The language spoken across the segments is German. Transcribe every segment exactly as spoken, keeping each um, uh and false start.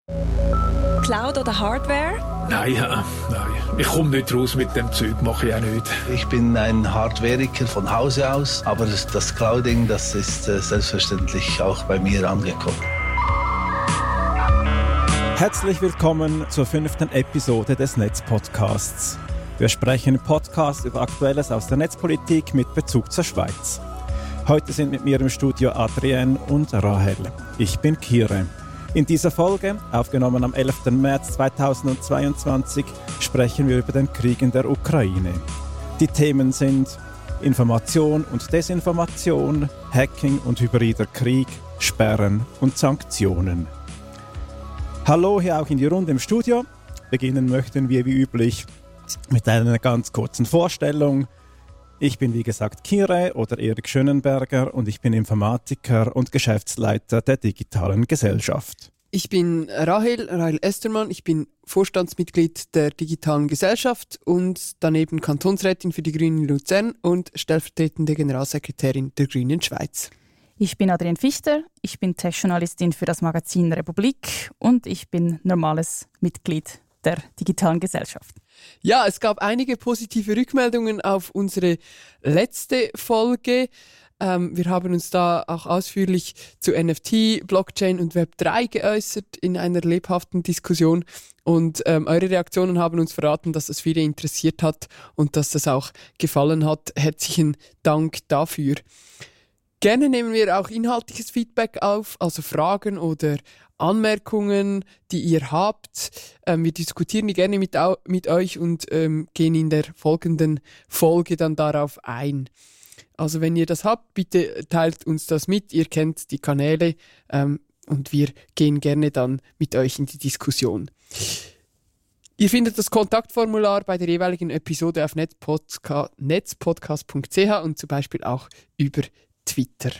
Cloud oder Hardware? Nein, ja, nein. Ich komme nicht raus mit dem Zeug, mache ich auch nicht. Ich bin ein Hardwareiker von Hause aus, aber das, das Clouding, das ist äh, selbstverständlich auch bei mir angekommen. Herzlich willkommen zur fünften Episode des Netzpodcasts. Wir sprechen im Podcast über Aktuelles aus der Netzpolitik mit Bezug zur Schweiz. Heute sind mit mir im Studio Adrienne und Rahel. Ich bin Kire. In dieser Folge, aufgenommen am elften März zweitausendzweiundzwanzig, sprechen wir über den Krieg in der Ukraine. Die Themen sind Information und Desinformation, Hacking und hybrider Krieg, Sperren und Sanktionen. Hallo hier auch in die Runde im Studio. Beginnen möchten wir wie üblich mit einer ganz kurzen Vorstellung. Ich bin wie gesagt Kire oder Erik Schönenberger und ich bin Informatiker und Geschäftsleiter der Digitalen Gesellschaft. Ich bin Rahel, Rahel Estermann, ich bin Vorstandsmitglied der Digitalen Gesellschaft und daneben Kantonsrätin für die Grünen Luzern und stellvertretende Generalsekretärin der Grünen Schweiz. Ich bin Adrienne Fichter, ich bin Tech-Journalistin für das Magazin Republik und ich bin normales Mitglied der Digitalen Gesellschaft. Ja, es gab einige positive Rückmeldungen auf unsere letzte Folge. Ähm, wir haben uns da auch ausführlich zu N F T, Blockchain und Web drei geäußert in einer lebhaften Diskussion. Und ähm, eure Reaktionen haben uns verraten, dass es viele interessiert hat und dass das auch gefallen hat. Herzlichen Dank dafür. Gerne nehmen wir auch inhaltliches Feedback auf, also Fragen oder Anmerkungen, die ihr habt. Ähm, wir diskutieren die gerne mit, au- mit euch und ähm, gehen in der folgenden Folge dann darauf ein. Also wenn ihr das habt, bitte teilt uns das mit. Ihr kennt die Kanäle ähm, und wir gehen gerne dann mit euch in die Diskussion. Ihr findet das Kontaktformular bei der jeweiligen Episode auf netzpodca- netzpodcast punkt c h und zum Beispiel auch über Twitter.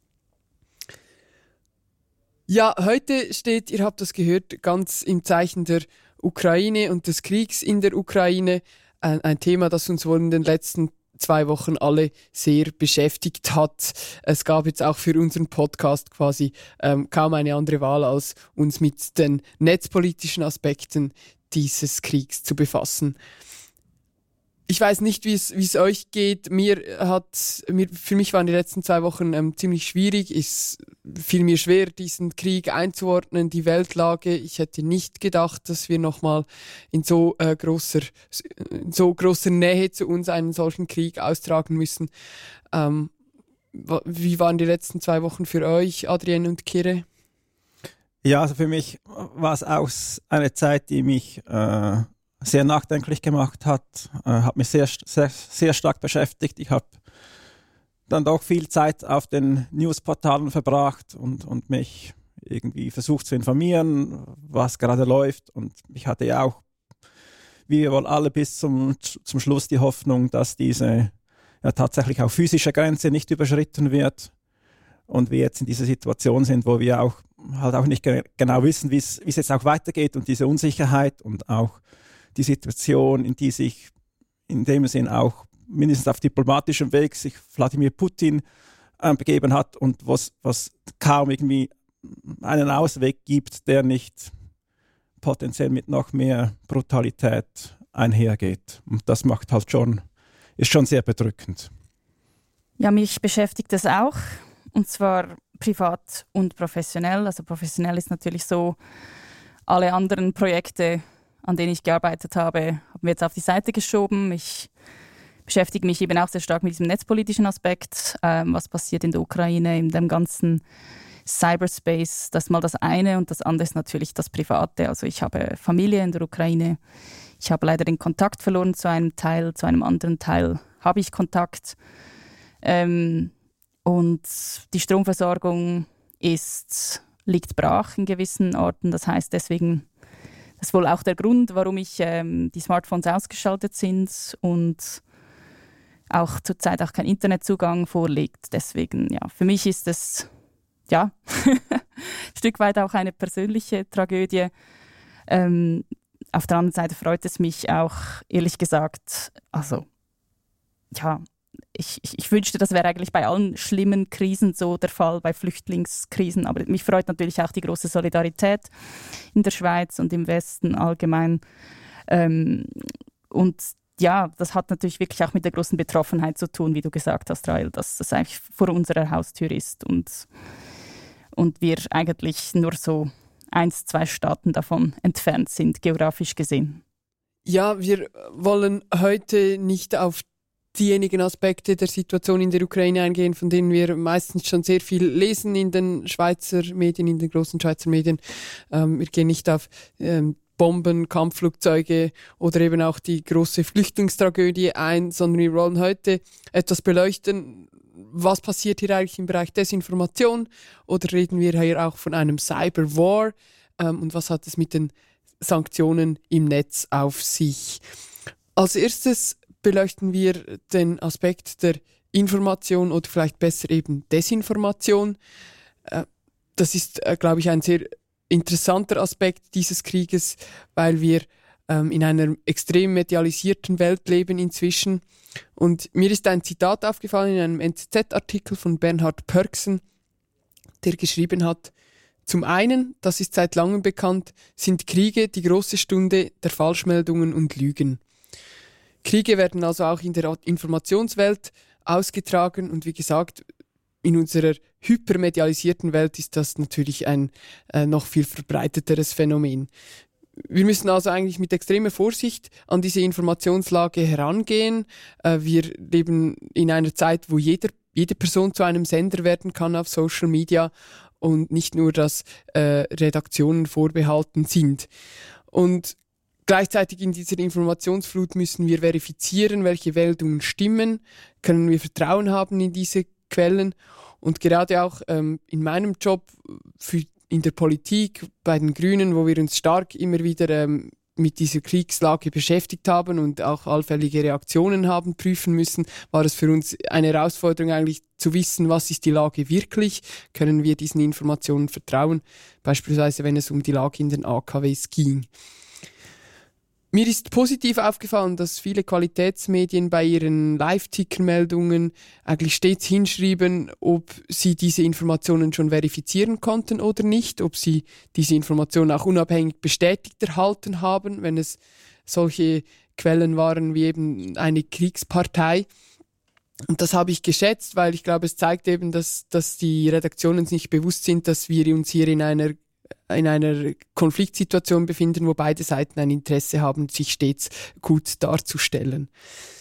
Ja, heute steht, ihr habt das gehört, ganz im Zeichen der Ukraine und des Kriegs in der Ukraine. Ein, ein Thema, das uns wohl in den letzten zwei Wochen alle sehr beschäftigt hat. Es gab jetzt auch für unseren Podcast quasi ähm, kaum eine andere Wahl, als uns mit den netzpolitischen Aspekten dieses Kriegs zu befassen. Ich weiß nicht, wie es wie es euch geht. Mir hat, mir, für mich waren die letzten zwei Wochen ähm, ziemlich schwierig. Es fiel mir schwer, diesen Krieg einzuordnen, die Weltlage. Ich hätte nicht gedacht, dass wir nochmal in so äh, großer, in so großer Nähe zu uns einen solchen Krieg austragen müssen. Ähm, wie waren die letzten zwei Wochen für euch, Adrienne und Kire? Ja, also für mich war es auch eine Zeit, die mich äh sehr nachdenklich gemacht hat, äh, hat mich sehr, sehr, sehr stark beschäftigt. Ich habe dann doch viel Zeit auf den Newsportalen verbracht und, und mich irgendwie versucht zu informieren, was gerade läuft. Und ich hatte ja auch, wie wir wohl alle bis zum, zum Schluss die Hoffnung, dass diese ja, tatsächlich auch physische Grenze nicht überschritten wird. Und wir jetzt in dieser Situation sind, wo wir auch halt auch nicht ge- genau wissen, wie es jetzt auch weitergeht und diese Unsicherheit und auch die Situation, in die sich in dem Sinn auch mindestens auf diplomatischem Weg sich Wladimir Putin äh, begeben hat und was, was kaum irgendwie einen Ausweg gibt, der nicht potenziell mit noch mehr Brutalität einhergeht. Und das macht halt schon, ist schon sehr bedrückend. Ja, mich beschäftigt das auch, und zwar privat und professionell. Also professionell ist natürlich so, alle anderen Projekte, an denen ich gearbeitet habe, haben wir jetzt auf die Seite geschoben. Ich beschäftige mich eben auch sehr stark mit diesem netzpolitischen Aspekt, ähm, was passiert in der Ukraine, in dem ganzen Cyberspace. Das ist mal das eine, und das andere ist natürlich das Private. Also ich habe Familie in der Ukraine. Ich habe leider den Kontakt verloren zu einem Teil, zu einem anderen Teil habe ich Kontakt. Ähm, und die Stromversorgung ist, liegt brach in gewissen Orten. Das heißt deswegen, das ist wohl auch der Grund, warum ich ähm, die Smartphones ausgeschaltet sind und auch zurzeit auch kein Internetzugang vorliegt. Deswegen, ja, für mich ist es ja ein Stück weit auch eine persönliche Tragödie. Ähm, auf der anderen Seite freut es mich auch, ehrlich gesagt, also ja, ich, ich, ich wünschte, das wäre eigentlich bei allen schlimmen Krisen so der Fall, bei Flüchtlingskrisen. Aber mich freut natürlich auch die große Solidarität in der Schweiz und im Westen allgemein. Ähm, und ja, das hat natürlich wirklich auch mit der großen Betroffenheit zu tun, wie du gesagt hast, Rahel, dass das eigentlich vor unserer Haustür ist und, und wir eigentlich nur so eins, zwei Staaten davon entfernt sind, geografisch gesehen. Ja, wir wollen heute nicht auf diejenigen Aspekte der Situation in der Ukraine eingehen, von denen wir meistens schon sehr viel lesen in den Schweizer Medien, in den großen Schweizer Medien. Ähm, wir gehen nicht auf ähm, Bomben, Kampfflugzeuge oder eben auch die große Flüchtlingstragödie ein, sondern wir wollen heute etwas beleuchten, was passiert hier eigentlich im Bereich Desinformation, oder reden wir hier auch von einem Cyberwar, ähm, und was hat es mit den Sanktionen im Netz auf sich. Als erstes beleuchten wir den Aspekt der Information oder vielleicht besser eben Desinformation. Äh, das ist, äh, glaube ich, ein sehr interessanter Aspekt dieses Krieges, weil wir ähm, in einer extrem medialisierten Welt leben inzwischen. Und mir ist ein Zitat aufgefallen in einem N Z Z-Artikel von Bernhard Pörksen, der geschrieben hat: Zum einen, das ist seit langem bekannt, sind Kriege die große Stunde der Falschmeldungen und Lügen. Kriege werden also auch in der Informationswelt ausgetragen und wie gesagt, in unserer hypermedialisierten Welt ist das natürlich ein äh, noch viel verbreiteteres Phänomen. Wir müssen also eigentlich mit extremer Vorsicht an diese Informationslage herangehen. Äh, wir leben in einer Zeit, wo jeder, jede Person zu einem Sender werden kann auf Social Media und nicht nur, dass äh, Redaktionen vorbehalten sind. Und gleichzeitig in dieser Informationsflut müssen wir verifizieren, welche Meldungen stimmen, können wir Vertrauen haben in diese Quellen. Und gerade auch ähm, in meinem Job für, in der Politik, bei den Grünen, wo wir uns stark immer wieder ähm, mit dieser Kriegslage beschäftigt haben und auch allfällige Reaktionen haben prüfen müssen, war es für uns eine Herausforderung eigentlich zu wissen, was ist die Lage wirklich, können wir diesen Informationen vertrauen, beispielsweise wenn es um die Lage in den A K Ws ging. Mir ist positiv aufgefallen, dass viele Qualitätsmedien bei ihren Live-Ticker-Meldungen eigentlich stets hinschrieben, ob sie diese Informationen schon verifizieren konnten oder nicht, ob sie diese Informationen auch unabhängig bestätigt erhalten haben, wenn es solche Quellen waren wie eben eine Kriegspartei. Und das habe ich geschätzt, weil ich glaube, es zeigt eben, dass, dass die Redaktionen sich bewusst sind, dass wir uns hier in einer in einer Konfliktsituation befinden, wo beide Seiten ein Interesse haben, sich stets gut darzustellen.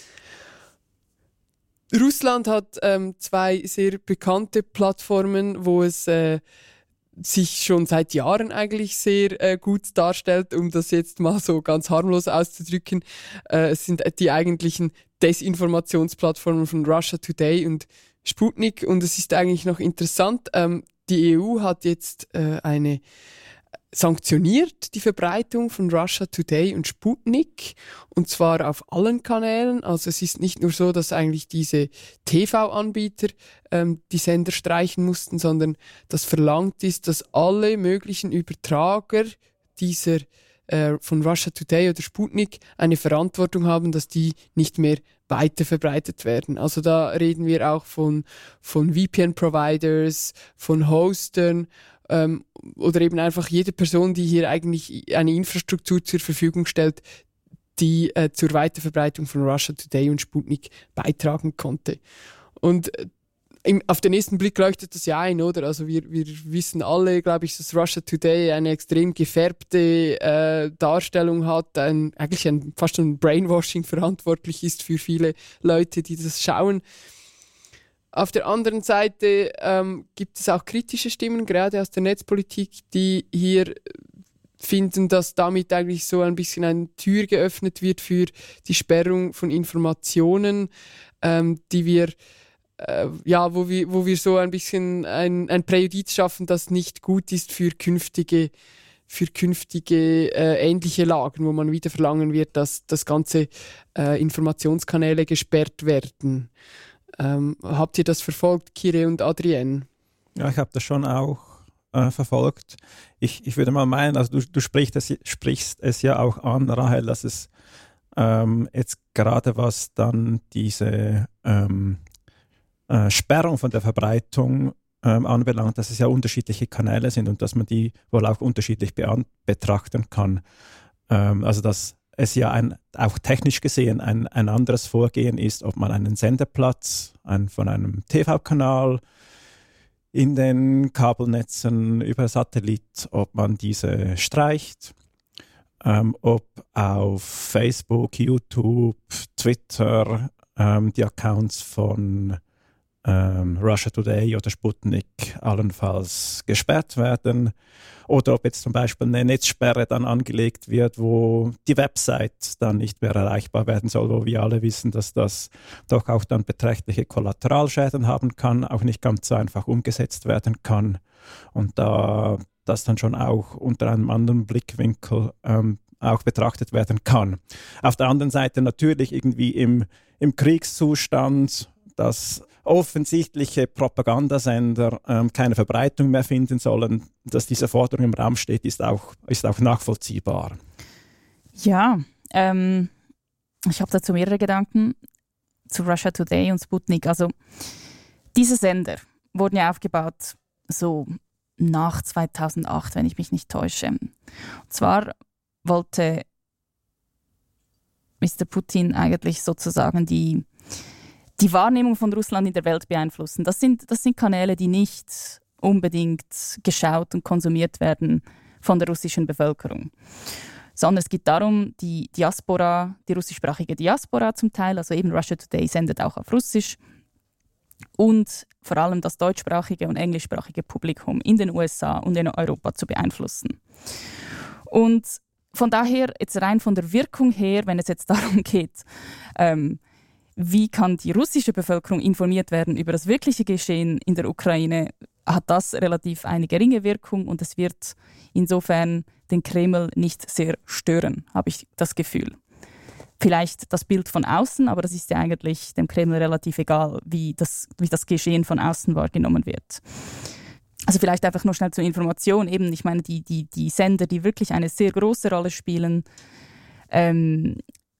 Russland hat ähm, zwei sehr bekannte Plattformen, wo es äh, sich schon seit Jahren eigentlich sehr äh, gut darstellt, um das jetzt mal so ganz harmlos auszudrücken. Äh, es sind die eigentlichen Desinformationsplattformen von Russia Today und Sputnik, und es ist eigentlich noch interessant, ähm, die E U hat jetzt äh, eine sanktioniert die Verbreitung von Russia Today und Sputnik, und zwar auf allen Kanälen. Also es ist nicht nur so, dass eigentlich diese T V-Anbieter ähm, die Sender streichen mussten, sondern das verlangt ist, dass alle möglichen Übertrager dieser äh, von Russia Today oder Sputnik eine Verantwortung haben, dass die nicht mehr weiter verbreitet werden. Also da reden wir auch von, von V P N-Providers, von Hostern ähm, oder eben einfach jede Person, die hier eigentlich eine Infrastruktur zur Verfügung stellt, die äh, zur Weiterverbreitung von Russia Today und Sputnik beitragen konnte. Und äh, Im, auf den ersten Blick leuchtet das ja ein, oder? Also wir, wir wissen alle, glaube ich, dass Russia Today eine extrem gefärbte äh, Darstellung hat, ein, eigentlich ein, fast ein Brainwashing verantwortlich ist für viele Leute, die das schauen. Auf der anderen Seite ähm, gibt es auch kritische Stimmen, gerade aus der Netzpolitik, die hier finden, dass damit eigentlich so ein bisschen eine Tür geöffnet wird für die Sperrung von Informationen, ähm, die wir Äh, ja, wo wir, wo wir so ein bisschen ein, ein Präjudiz schaffen, das nicht gut ist für künftige, für künftige äh, ähnliche Lagen, wo man wieder verlangen wird, dass das ganze äh, Informationskanäle gesperrt werden. Ähm, habt ihr das verfolgt, Kire und Adrienne? Ja, ich habe das schon auch äh, verfolgt. Ich, ich würde mal meinen, also du, du sprichst, es, sprichst es ja auch an, Rahel, dass es ähm, jetzt gerade was dann diese ähm, äh, Sperrung von der Verbreitung ähm, anbelangt, dass es ja unterschiedliche Kanäle sind und dass man die wohl auch unterschiedlich bean- betrachten kann. Ähm, also dass es ja ein, auch technisch gesehen ein, ein anderes Vorgehen ist, ob man einen Sendeplatz ein, von einem T V-Kanal in den Kabelnetzen über Satellit, ob man diese streicht, ähm, ob auf Facebook, YouTube, Twitter ähm, die Accounts von ähm, Russia Today oder Sputnik allenfalls gesperrt werden oder ob jetzt zum Beispiel eine Netzsperre dann angelegt wird, wo die Website dann nicht mehr erreichbar werden soll, wo wir alle wissen, dass das doch auch dann beträchtliche Kollateralschäden haben kann, auch nicht ganz so einfach umgesetzt werden kann und da das dann schon auch unter einem anderen Blickwinkel ähm, auch betrachtet werden kann. Auf der anderen Seite natürlich irgendwie im, im Kriegszustand, dass offensichtliche Propagandasender ähm, keine Verbreitung mehr finden sollen, dass diese Forderung im Raum steht, ist auch, ist auch nachvollziehbar. Ja, ähm, ich habe dazu mehrere Gedanken zu Russia Today und Sputnik. Also diese Sender wurden ja aufgebaut so nach zweitausendacht, wenn ich mich nicht täusche. Und zwar wollte Mister Putin eigentlich sozusagen die die Wahrnehmung von Russland in der Welt beeinflussen. Das sind, das sind Kanäle, die nicht unbedingt geschaut und konsumiert werden von der russischen Bevölkerung. Sondern es geht darum, die Diaspora, die russischsprachige Diaspora zum Teil, also eben Russia Today sendet auch auf Russisch, und vor allem das deutschsprachige und englischsprachige Publikum in den U S A und in Europa zu beeinflussen. Und von daher, jetzt rein von der Wirkung her, wenn es jetzt darum geht, ähm, wie kann die russische Bevölkerung informiert werden über das wirkliche Geschehen in der Ukraine, hat das relativ eine geringe Wirkung und es wird insofern den Kreml nicht sehr stören, habe ich das Gefühl. Vielleicht das Bild von außen, aber das ist ja eigentlich dem Kreml relativ egal, wie das, wie das Geschehen von außen wahrgenommen wird. Also vielleicht einfach nur schnell zur Information, eben, ich meine, die, die, die Sender, die wirklich eine sehr große Rolle spielen, ähm,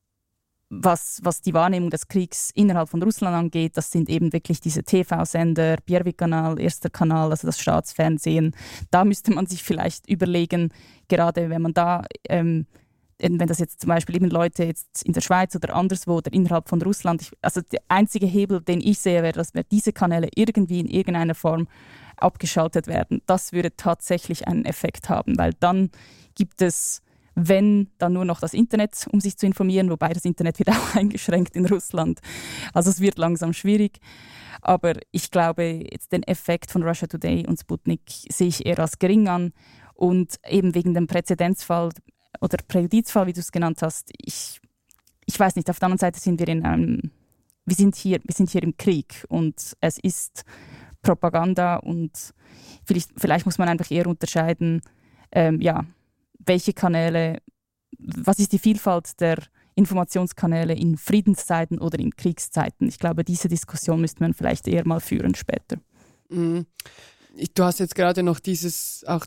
Was, was die Wahrnehmung des Kriegs innerhalb von Russland angeht, das sind eben wirklich diese T V-Sender, Первый-Kanal, Erster Kanal, also das Staatsfernsehen. Da müsste man sich vielleicht überlegen, gerade wenn man da, ähm, wenn das jetzt zum Beispiel eben Leute jetzt in der Schweiz oder anderswo oder innerhalb von Russland, ich, also der einzige Hebel, den ich sehe, wäre, dass diese Kanäle irgendwie in irgendeiner Form abgeschaltet werden. Das würde tatsächlich einen Effekt haben, weil dann gibt es, wenn dann nur noch das Internet, um sich zu informieren, wobei das Internet wird auch eingeschränkt in Russland. Also es wird langsam schwierig. Aber ich glaube, jetzt den Effekt von Russia Today und Sputnik sehe ich eher als gering an. Und eben wegen dem Präzedenzfall oder Präjudizfall, wie du es genannt hast, ich, ich weiß nicht, auf der anderen Seite sind wir in einem, wir sind hier, wir sind hier im Krieg und es ist Propaganda und vielleicht, vielleicht muss man einfach eher unterscheiden, ähm, ja, welche Kanäle, was ist die Vielfalt der Informationskanäle in Friedenszeiten oder in Kriegszeiten? Ich glaube, diese Diskussion müsste man vielleicht eher mal führen später. Mhm. Du hast jetzt gerade noch dieses, auch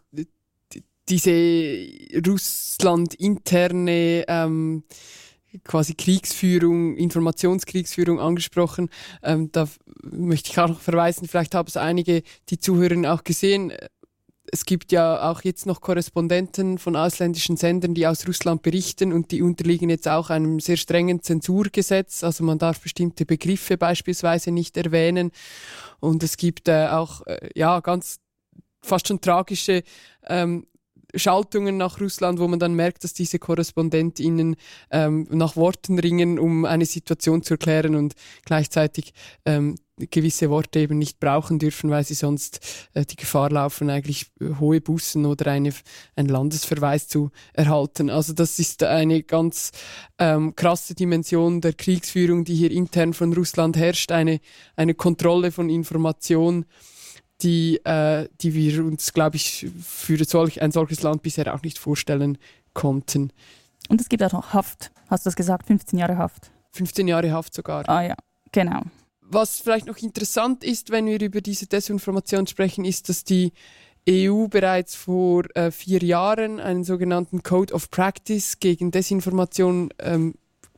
diese Russland-interne ähm, quasi Kriegsführung, Informationskriegsführung angesprochen. Ähm, da möchte ich auch noch verweisen, vielleicht haben es einige, die Zuhörerinnen auch gesehen. Es gibt ja auch jetzt noch Korrespondenten von ausländischen Sendern, die aus Russland berichten und die unterliegen jetzt auch einem sehr strengen Zensurgesetz. Also man darf bestimmte Begriffe beispielsweise nicht erwähnen. Und es gibt äh, auch äh, ja ganz fast schon tragische ähm, Schaltungen nach Russland, wo man dann merkt, dass diese KorrespondentInnen ähm, nach Worten ringen, um eine Situation zu erklären und gleichzeitig ähm, gewisse Worte eben nicht brauchen dürfen, weil sie sonst äh, die Gefahr laufen, eigentlich äh, hohe Bußen oder eine, einen Landesverweis zu erhalten. Also das ist eine ganz ähm, krasse Dimension der Kriegsführung, die hier intern von Russland herrscht, eine, eine Kontrolle von Information, die, äh, die wir uns, glaube ich, für solch, ein solches Land bisher auch nicht vorstellen konnten. Und es gibt auch noch Haft. Hast du das gesagt? fünfzehn Jahre Haft. fünfzehn Jahre Haft sogar. Ah ja, genau. Was vielleicht noch interessant ist, wenn wir über diese Desinformation sprechen, ist, dass die E U bereits vor äh, vier Jahren einen sogenannten Code of Practice gegen Desinformation ähm,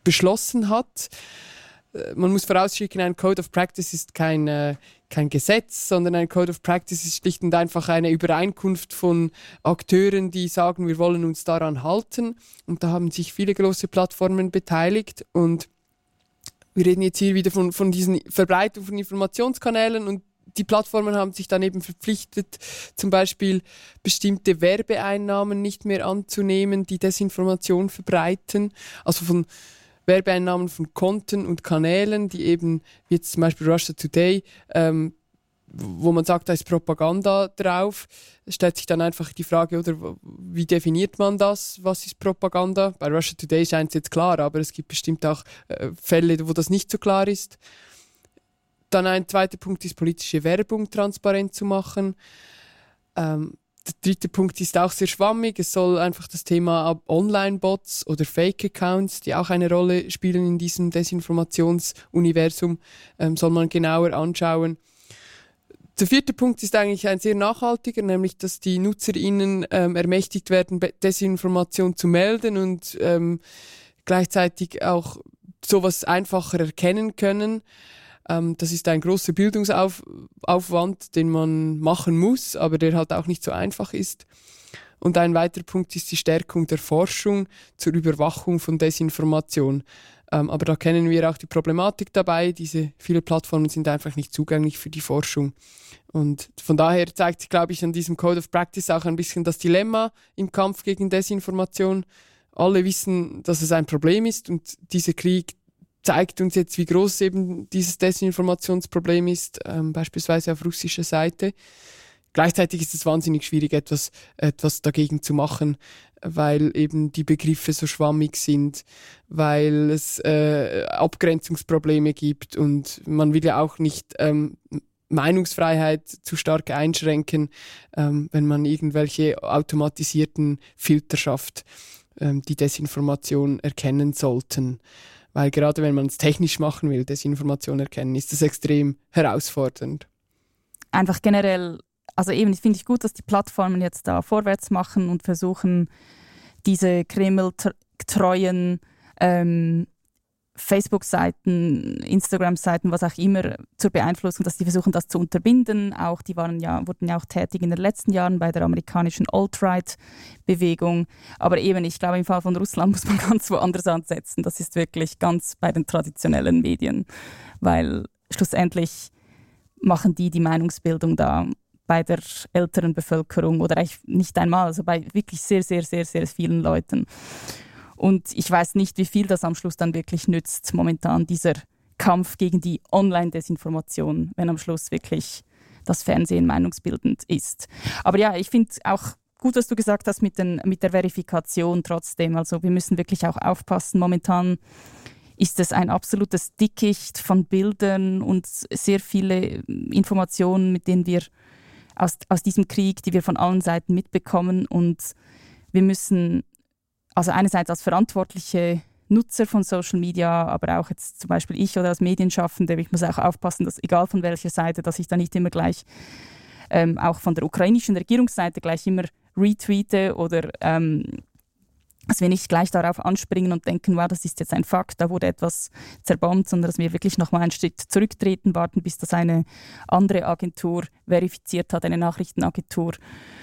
beschlossen hat. Man muss vorausschicken, ein Code of Practice ist kein, äh, kein Gesetz, sondern ein Code of Practice ist schlicht und einfach eine Übereinkunft von Akteuren, die sagen, wir wollen uns daran halten. Und da haben sich viele große Plattformen beteiligt. Und wir reden jetzt hier wieder von, von diesen Verbreitung von Informationskanälen, und die Plattformen haben sich dann eben verpflichtet, zum Beispiel bestimmte Werbeeinnahmen nicht mehr anzunehmen, die Desinformation verbreiten. Also von Werbeeinnahmen von Konten und Kanälen, die eben, wie jetzt zum Beispiel Russia Today, ähm, wo man sagt, da ist Propaganda drauf, stellt sich dann einfach die Frage, oder wie definiert man das? Was ist Propaganda? Bei Russia Today scheint es jetzt klar, aber es gibt bestimmt auch äh, Fälle, wo das nicht so klar ist. Dann ein zweiter Punkt ist, politische Werbung transparent zu machen. Ähm, Der dritte Punkt ist auch sehr schwammig. Es soll einfach das Thema Online-Bots oder Fake-Accounts, die auch eine Rolle spielen in diesem Desinformationsuniversum, ähm, soll man genauer anschauen. Der vierte Punkt ist eigentlich ein sehr nachhaltiger, nämlich dass die NutzerInnen ähm, ermächtigt werden, Desinformation zu melden und ähm, gleichzeitig auch sowas einfacher erkennen können. Ähm, das ist ein großer Bildungsaufwand, den man machen muss, aber der halt auch nicht so einfach ist. Und ein weiterer Punkt ist die Stärkung der Forschung zur Überwachung von Desinformation. Ähm, aber da kennen wir auch die Problematik dabei. Diese viele Plattformen sind einfach nicht zugänglich für die Forschung. Und von daher zeigt sich, glaube ich, an diesem Code of Practice auch ein bisschen das Dilemma im Kampf gegen Desinformation. Alle wissen, dass es ein Problem ist, und dieser Krieg zeigt uns jetzt, wie groß eben dieses Desinformationsproblem ist, ähm, beispielsweise auf russischer Seite. Gleichzeitig ist es wahnsinnig schwierig, etwas, etwas dagegen zu machen, weil eben die Begriffe so schwammig sind, weil es äh, Abgrenzungsprobleme gibt, und man will ja auch nicht ähm, Meinungsfreiheit zu stark einschränken, ähm, wenn man irgendwelche automatisierten Filter schafft, ähm, die Desinformation erkennen sollten. Weil gerade wenn man es technisch machen will, Desinformation erkennen, ist das extrem herausfordernd. Einfach generell, also eben finde ich gut, dass die Plattformen jetzt da vorwärts machen und versuchen, diese Kreml-treuen ähm, Facebook-Seiten, Instagram-Seiten, was auch immer, zur Beeinflussung, dass die versuchen, das zu unterbinden. Auch die waren ja, wurden ja auch tätig in den letzten Jahren bei der amerikanischen Alt-Right-Bewegung. Aber eben, ich glaube, im Fall von Russland muss man ganz woanders ansetzen. Das ist wirklich ganz bei den traditionellen Medien, weil schlussendlich machen die die Meinungsbildung da bei der älteren Bevölkerung, oder eigentlich nicht einmal, also bei wirklich sehr, sehr, sehr, sehr vielen Leuten. Und ich weiß nicht, wie viel das am Schluss dann wirklich nützt, momentan dieser Kampf gegen die Online-Desinformation, wenn am Schluss wirklich das Fernsehen meinungsbildend ist. Aber ja, ich finde auch gut, was du gesagt hast mit, den, mit der Verifikation trotzdem. Also wir müssen wirklich auch aufpassen. Momentan ist es ein absolutes Dickicht von Bildern und sehr viele Informationen, mit denen wir aus, aus diesem Krieg, die wir von allen Seiten mitbekommen. Und wir müssen also einerseits als verantwortliche Nutzer von Social Media, aber auch jetzt zum Beispiel ich oder als Medienschaffende, ich muss auch aufpassen, dass egal von welcher Seite, dass ich da nicht immer gleich ähm, auch von der ukrainischen Regierungsseite gleich immer retweete oder ähm, dass wir nicht gleich darauf anspringen und denken, wow, das ist jetzt ein Fakt, da wurde etwas zerbombt, sondern dass wir wirklich nochmal einen Schritt zurücktreten, warten, bis das eine andere Agentur verifiziert hat, eine Nachrichtenagentur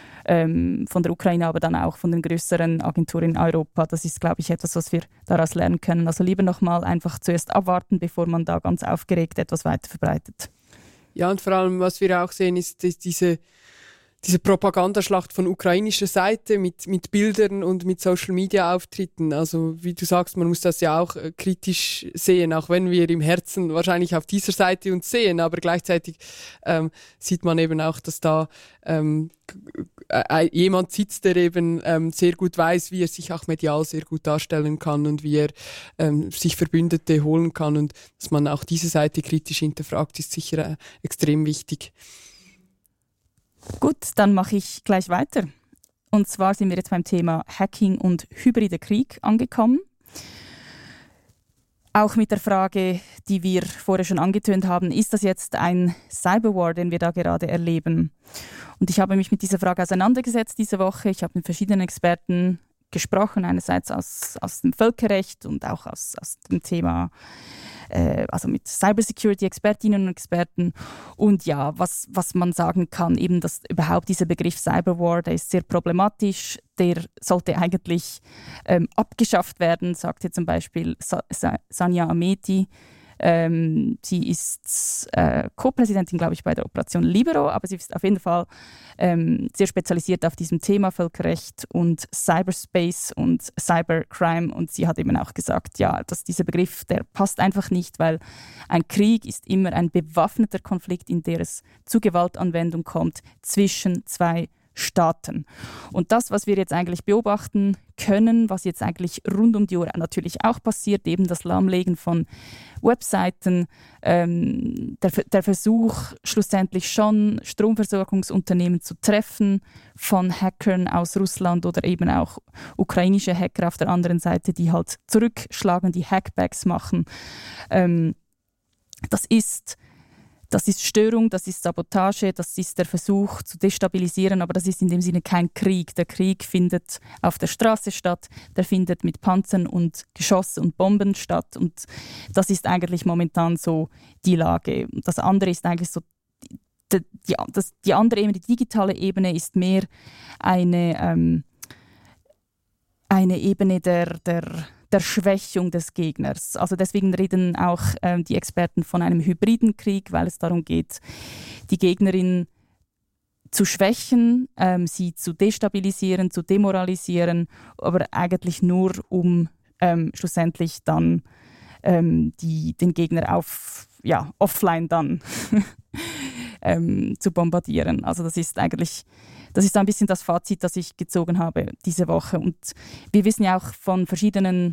ähm, von der Ukraine, aber dann auch von den größeren Agenturen in Europa. Das ist, glaube ich, etwas, was wir daraus lernen können. Also lieber nochmal einfach zuerst abwarten, bevor man da ganz aufgeregt etwas weiter verbreitet. Ja, und vor allem, was wir auch sehen, ist, ist diese diese Propagandaschlacht von ukrainischer Seite mit, mit Bildern und mit Social-Media-Auftritten. Also wie du sagst, man muss das ja auch äh, kritisch sehen, auch wenn wir im Herzen wahrscheinlich auf dieser Seite uns sehen, aber gleichzeitig ähm, sieht man eben auch, dass da ähm, äh, jemand sitzt, der eben ähm, sehr gut weiß, wie er sich auch medial sehr gut darstellen kann und wie er ähm, sich Verbündete holen kann, und dass man auch diese Seite kritisch hinterfragt, ist sicher äh, extrem wichtig. Gut, dann mache ich gleich weiter. Und zwar sind wir jetzt beim Thema Hacking und hybrider Krieg angekommen. Auch mit der Frage, die wir vorher schon angetönt haben, ist das jetzt ein Cyberwar, den wir da gerade erleben? Und ich habe mich mit dieser Frage auseinandergesetzt diese Woche. Ich habe mit verschiedenen Experten gesprochen, einerseits aus, aus dem Völkerrecht und auch aus, aus dem Thema, äh, also mit Cybersecurity-Expertinnen und Experten. Und ja, was, was man sagen kann, eben, dass überhaupt dieser Begriff Cyberwar, der ist sehr problematisch, der sollte eigentlich ähm, abgeschafft werden, sagte zum Beispiel Sa- Sa- Sania Ameti. Ähm, sie ist äh, Co-Präsidentin, glaube ich, bei der Operation Libero, aber sie ist auf jeden Fall ähm, sehr spezialisiert auf diesem Thema Völkerrecht und Cyberspace und Cybercrime. Und sie hat eben auch gesagt, ja, dass dieser Begriff, der passt einfach nicht, weil ein Krieg ist immer ein bewaffneter Konflikt, in der es zu Gewaltanwendung kommt zwischen zwei Staaten. Und das, was wir jetzt eigentlich beobachten können, was jetzt eigentlich rund um die Uhr natürlich auch passiert, eben das Lahmlegen von Webseiten, ähm, der, der Versuch schlussendlich schon Stromversorgungsunternehmen zu treffen von Hackern aus Russland oder eben auch ukrainische Hacker auf der anderen Seite, die halt zurückschlagen, die Hackbacks machen. Ähm, das ist Das ist Störung, das ist Sabotage, das ist der Versuch zu destabilisieren, aber das ist in dem Sinne kein Krieg. Der Krieg findet auf der Straße statt, der findet mit Panzern und Geschossen und Bomben statt und das ist eigentlich momentan so die Lage. Das andere ist eigentlich so, die, die, das, die andere Ebene, die digitale Ebene ist mehr eine, ähm, eine Ebene der, der der Schwächung des Gegners. Also deswegen reden auch ähm, die Experten von einem hybriden Krieg, weil es darum geht, die Gegnerin zu schwächen, ähm, sie zu destabilisieren, zu demoralisieren, aber eigentlich nur, um ähm, schlussendlich dann ähm, die, den Gegner auf, ja, offline dann ähm, zu bombardieren. Also das ist eigentlich Das ist ein bisschen das Fazit, das ich gezogen habe diese Woche. Und wir wissen ja auch von verschiedenen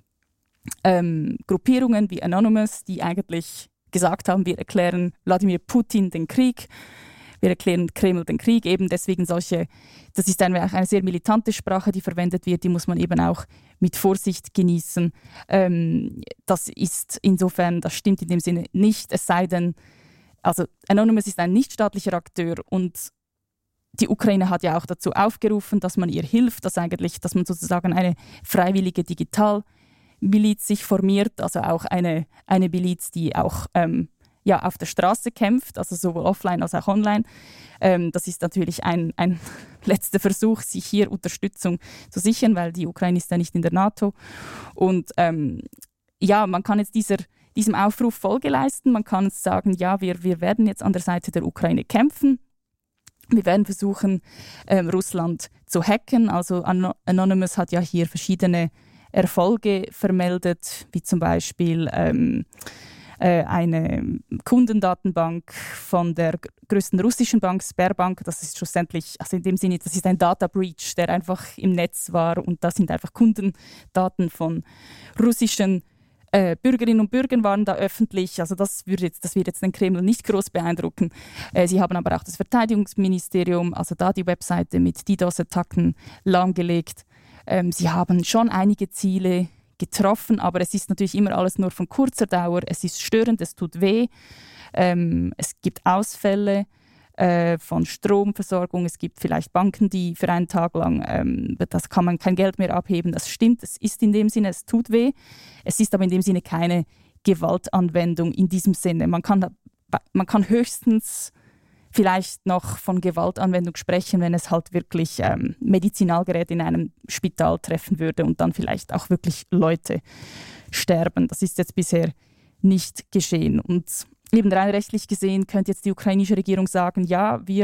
ähm, Gruppierungen wie Anonymous, die eigentlich gesagt haben, wir erklären Wladimir Putin den Krieg, wir erklären Kreml den Krieg. Eben deswegen solche, das ist eine, eine sehr militante Sprache, die verwendet wird, die muss man eben auch mit Vorsicht genießen. Ähm, das ist insofern, das stimmt in dem Sinne nicht, es sei denn, also Anonymous ist ein nichtstaatlicher Akteur und die Ukraine hat ja auch dazu aufgerufen, dass man ihr hilft, dass eigentlich, dass man sozusagen eine freiwillige Digitalmiliz sich formiert, also auch eine, eine Miliz, die auch ähm, ja, auf der Straße kämpft, also sowohl offline als auch online. Ähm, das ist natürlich ein, ein letzter Versuch, sich hier Unterstützung zu sichern, weil die Ukraine ist ja nicht in der NATO. Und ähm, ja, man kann jetzt dieser, diesem Aufruf Folge leisten, man kann jetzt sagen, ja, wir, wir werden jetzt an der Seite der Ukraine kämpfen. Wir werden versuchen, ähm, Russland zu hacken. Also An- Anonymous hat ja hier verschiedene Erfolge vermeldet, wie zum Beispiel ähm, äh, eine Kundendatenbank von der g- größten russischen Bank, Sberbank. Das ist schlussendlich, also in dem Sinne, das ist ein Data Breach, der einfach im Netz war und das sind einfach Kundendaten von russischen Äh, Bürgerinnen und Bürger waren da öffentlich, also das, würde jetzt, das wird jetzt den Kreml nicht groß beeindrucken. Äh, sie haben aber auch das Verteidigungsministerium, also da die Webseite mit DDoS-Attacken lahmgelegt. Ähm, sie haben schon einige Ziele getroffen, aber es ist natürlich immer alles nur von kurzer Dauer. Es ist störend, es tut weh, ähm, es gibt Ausfälle äh, von Stromversorgung, es gibt vielleicht Banken, die für einen Tag lang, ähm, das kann man kein Geld mehr abheben, das stimmt, es ist in dem Sinne, es tut weh, es ist aber in dem Sinne keine Gewaltanwendung in diesem Sinne. Man kann, man kann höchstens vielleicht noch von Gewaltanwendung sprechen, wenn es halt wirklich ähm, Medizinalgeräte in einem Spital treffen würde und dann vielleicht auch wirklich Leute sterben. Das ist jetzt bisher nicht geschehen. Und eben rein rechtlich gesehen könnte jetzt die ukrainische Regierung sagen, ja, wir,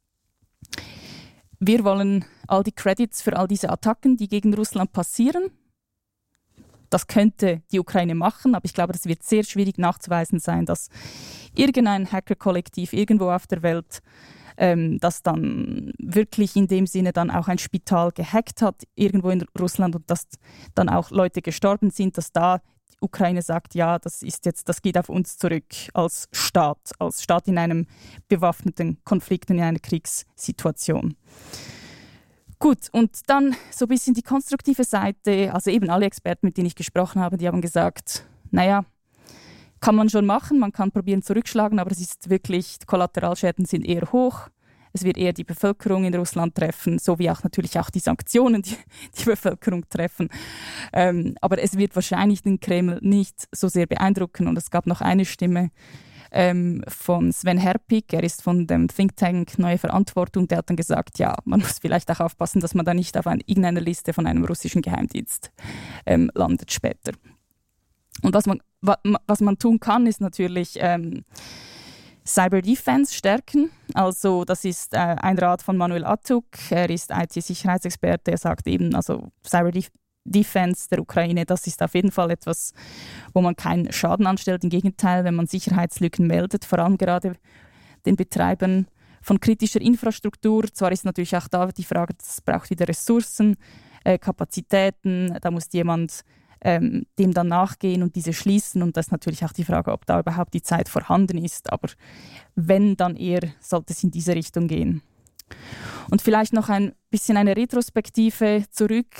wir wollen all die Credits für all diese Attacken, die gegen Russland passieren. Das könnte die Ukraine machen, aber ich glaube, das wird sehr schwierig nachzuweisen sein, dass irgendein Hacker-Kollektiv irgendwo auf der Welt ähm, das dann wirklich in dem Sinne dann auch ein Spital gehackt hat, irgendwo in Russland und dass dann auch Leute gestorben sind, dass da die Ukraine sagt, ja, das ist jetzt, das geht auf uns zurück als Staat, als Staat in einem bewaffneten Konflikt, in einer Kriegssituation. Gut, und dann so ein bisschen die konstruktive Seite, also eben alle Experten, mit denen ich gesprochen habe, die haben gesagt, naja, kann man schon machen, man kann probieren zurückschlagen, aber es ist wirklich, die Kollateralschäden sind eher hoch. Es wird eher die Bevölkerung in Russland treffen, sowie auch natürlich auch die Sanktionen, die die Bevölkerung treffen. Ähm, aber es wird wahrscheinlich den Kreml nicht so sehr beeindrucken. Und es gab noch eine Stimme ähm, von Sven Herpik, er ist von dem Think Tank Neue Verantwortung, der hat dann gesagt, ja, man muss vielleicht auch aufpassen, dass man da nicht auf ein, irgendeiner Liste von einem russischen Geheimdienst ähm, landet später. Und was man, wa, was man tun kann, ist natürlich ähm, Cyber Defense stärken. Also das ist äh, ein Rat von Manuel Atuk. Er ist I T-Sicherheitsexperte. Er sagt eben, also Cyber Def- Defense der Ukraine, das ist auf jeden Fall etwas, wo man keinen Schaden anstellt. Im Gegenteil, wenn man Sicherheitslücken meldet, vor allem gerade den Betreibern von kritischer Infrastruktur. Zwar ist natürlich auch da die Frage, es braucht wieder Ressourcen, äh, Kapazitäten. Da muss jemand Ähm, dem dann nachgehen und diese schließen. Und das ist natürlich auch die Frage, ob da überhaupt die Zeit vorhanden ist. Aber wenn, dann eher sollte es in diese Richtung gehen. Und vielleicht noch ein bisschen eine Retrospektive zurück.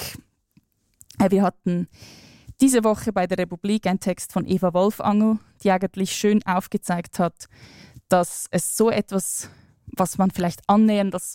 Wir hatten diese Woche bei der Republik einen Text von Eva Wolfangel, die eigentlich schön aufgezeigt hat, dass es so etwas, was man vielleicht annähernd als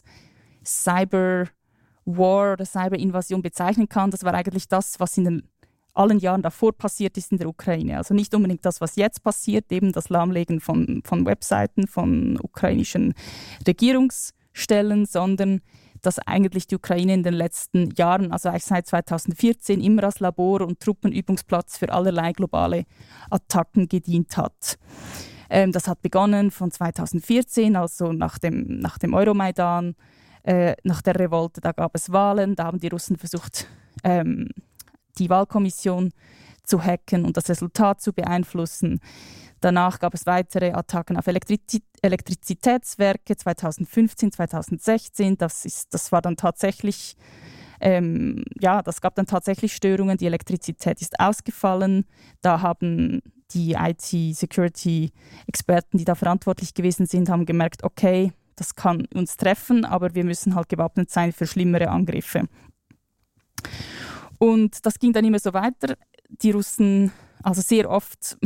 Cyber War oder Cyberinvasion bezeichnen kann, das war eigentlich das, was in den allen Jahren davor passiert ist in der Ukraine. Also nicht unbedingt das, was jetzt passiert, eben das Lahmlegen von, von Webseiten, von ukrainischen Regierungsstellen, sondern dass eigentlich die Ukraine in den letzten Jahren, also eigentlich seit zweitausendvierzehn, immer als Labor und Truppenübungsplatz für allerlei globale Attacken gedient hat. Ähm, das hat begonnen von zweitausendvierzehn, also nach dem, nach dem Euromaidan, äh, nach der Revolte, da gab es Wahlen, da haben die Russen versucht, ähm, die Wahlkommission zu hacken und das Resultat zu beeinflussen. Danach gab es weitere Attacken auf Elektrizität, Elektrizitätswerke zweitausendfünfzehn, zweitausendsechzehn. Das, ist, das war dann tatsächlich, ähm, ja, das gab dann tatsächlich Störungen. Die Elektrizität ist ausgefallen. Da haben die I T-Security-Experten, die da verantwortlich gewesen sind, haben gemerkt, okay, das kann uns treffen, aber wir müssen halt gewappnet sein für schlimmere Angriffe. Und das ging dann immer so weiter. Die Russen, also sehr oft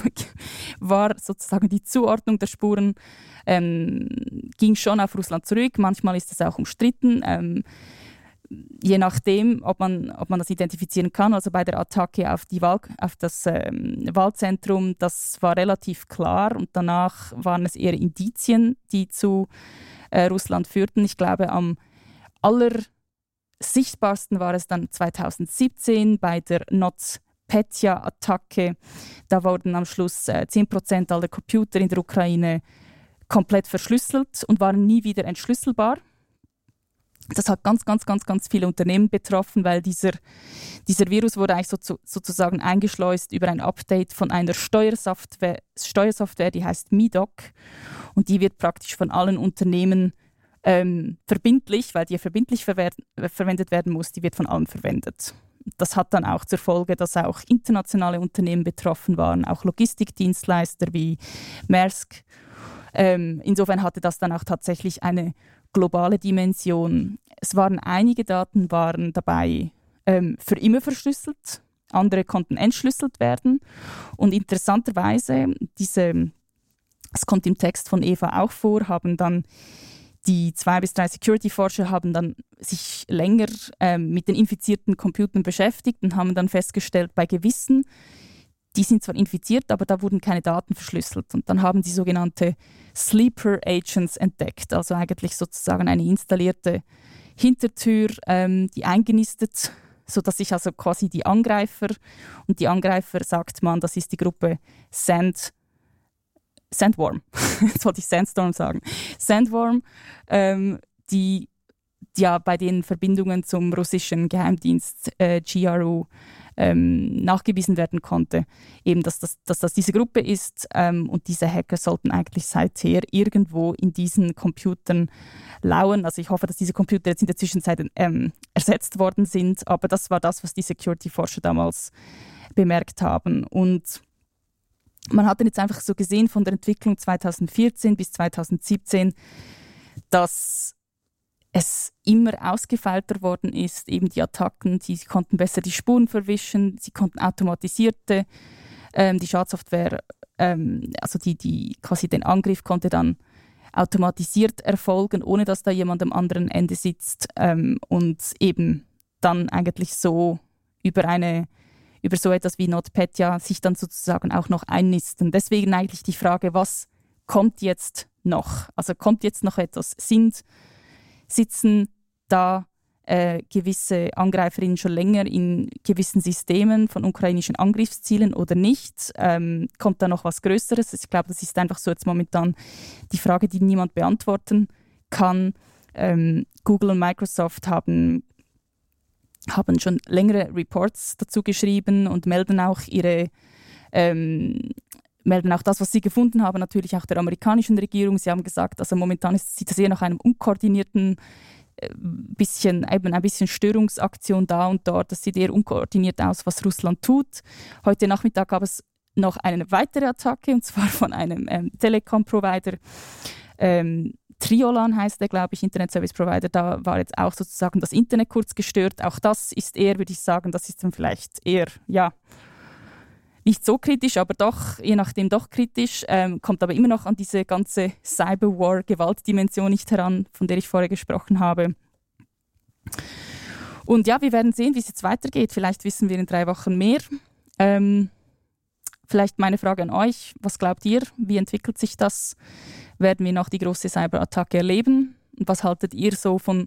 war sozusagen die Zuordnung der Spuren, ähm, ging schon auf Russland zurück. Manchmal ist es auch umstritten, ähm, je nachdem, ob man, ob man das identifizieren kann. Also bei der Attacke auf, die Wahl, auf das ähm, Wahlzentrum, das war relativ klar. Und danach waren es eher Indizien, die zu äh, Russland führten. Ich glaube, am aller sichtbarsten war es dann zweitausendsiebzehn bei der NotPetya-Attacke. Da wurden am Schluss äh, zehn Prozent aller Computer in der Ukraine komplett verschlüsselt und waren nie wieder entschlüsselbar. Das hat ganz, ganz, ganz, ganz viele Unternehmen betroffen, weil dieser, dieser Virus wurde eigentlich so zu, sozusagen eingeschleust über ein Update von einer Steuersoftware, Steuersoftware, die heißt Medoc. Und die wird praktisch von allen Unternehmen Ähm, verbindlich, weil die verbindlich verwer- verwendet werden muss, die wird von allen verwendet. Das hat dann auch zur Folge, dass auch internationale Unternehmen betroffen waren, auch Logistikdienstleister wie Maersk. Ähm, insofern hatte das dann auch tatsächlich eine globale Dimension. Es waren einige Daten waren dabei ähm, für immer verschlüsselt, andere konnten entschlüsselt werden. Und interessanterweise, diese, es kommt im Text von Eva auch vor, haben dann die zwei bis drei Security-Forscher haben dann sich länger ähm, mit den infizierten Computern beschäftigt und haben dann festgestellt, bei gewissen, die sind zwar infiziert, aber da wurden keine Daten verschlüsselt. Und dann haben sie sogenannte Sleeper Agents entdeckt, also eigentlich sozusagen eine installierte Hintertür, ähm, die eingenistet, sodass sich also quasi die Angreifer, und die Angreifer sagt man, das ist die Gruppe Sand Sandworm, jetzt wollte ich Sandstorm sagen. Sandworm, ähm, die, die ja bei den Verbindungen zum russischen Geheimdienst äh, G R U ähm, nachgewiesen werden konnte, eben dass das, dass das diese Gruppe ist ähm, und diese Hacker sollten eigentlich seither irgendwo in diesen Computern lauern. Also ich hoffe, dass diese Computer jetzt in der Zwischenzeit ähm, ersetzt worden sind, aber das war das, was die Security-Forscher damals bemerkt haben. Und man hat dann jetzt einfach so gesehen von der Entwicklung zweitausendvierzehn bis zweitausendsiebzehn, dass es immer ausgefeilter worden ist, eben die Attacken, sie konnten besser die Spuren verwischen, sie konnten automatisierte, ähm, die Schadsoftware, ähm, also die, die quasi den Angriff konnte dann automatisiert erfolgen, ohne dass da jemand am anderen Ende sitzt ähm, und eben dann eigentlich so über eine über so etwas wie NotPetya sich dann sozusagen auch noch einnisten. Deswegen eigentlich die Frage, was kommt jetzt noch? Also kommt jetzt noch etwas? Sind, sitzen da äh, gewisse Angreiferinnen schon länger in gewissen Systemen von ukrainischen Angriffszielen oder nicht? Ähm, kommt da noch was Größeres? Ich glaube, das ist einfach so jetzt momentan die Frage, die niemand beantworten kann. Ähm, Google und Microsoft haben haben schon längere Reports dazu geschrieben und melden auch ihre ähm, melden auch das, was sie gefunden haben, natürlich auch der amerikanischen Regierung. Sie haben gesagt, also momentan ist, sieht das eher nach einem unkoordinierten äh, bisschen, eben ein bisschen Störungsaktion da und dort. Das sieht eher unkoordiniert aus, was Russland tut. Heute Nachmittag gab es noch eine weitere Attacke, und zwar von einem ähm, Telekom-Provider. Ähm, Triolan heißt der, glaube ich, Internet Service Provider. Da war jetzt auch sozusagen das Internet kurz gestört. Auch das ist eher, würde ich sagen, das ist dann vielleicht eher, ja, nicht so kritisch, aber doch, je nachdem doch kritisch. Ähm, kommt aber immer noch an diese ganze Cyberwar-Gewaltdimension nicht heran, von der ich vorher gesprochen habe. Und ja, wir werden sehen, wie es jetzt weitergeht. Vielleicht wissen wir in drei Wochen mehr. Ähm, vielleicht meine Frage an euch. Was glaubt ihr? Wie entwickelt sich das? Werden wir noch die große Cyberattacke erleben? Und was haltet ihr so von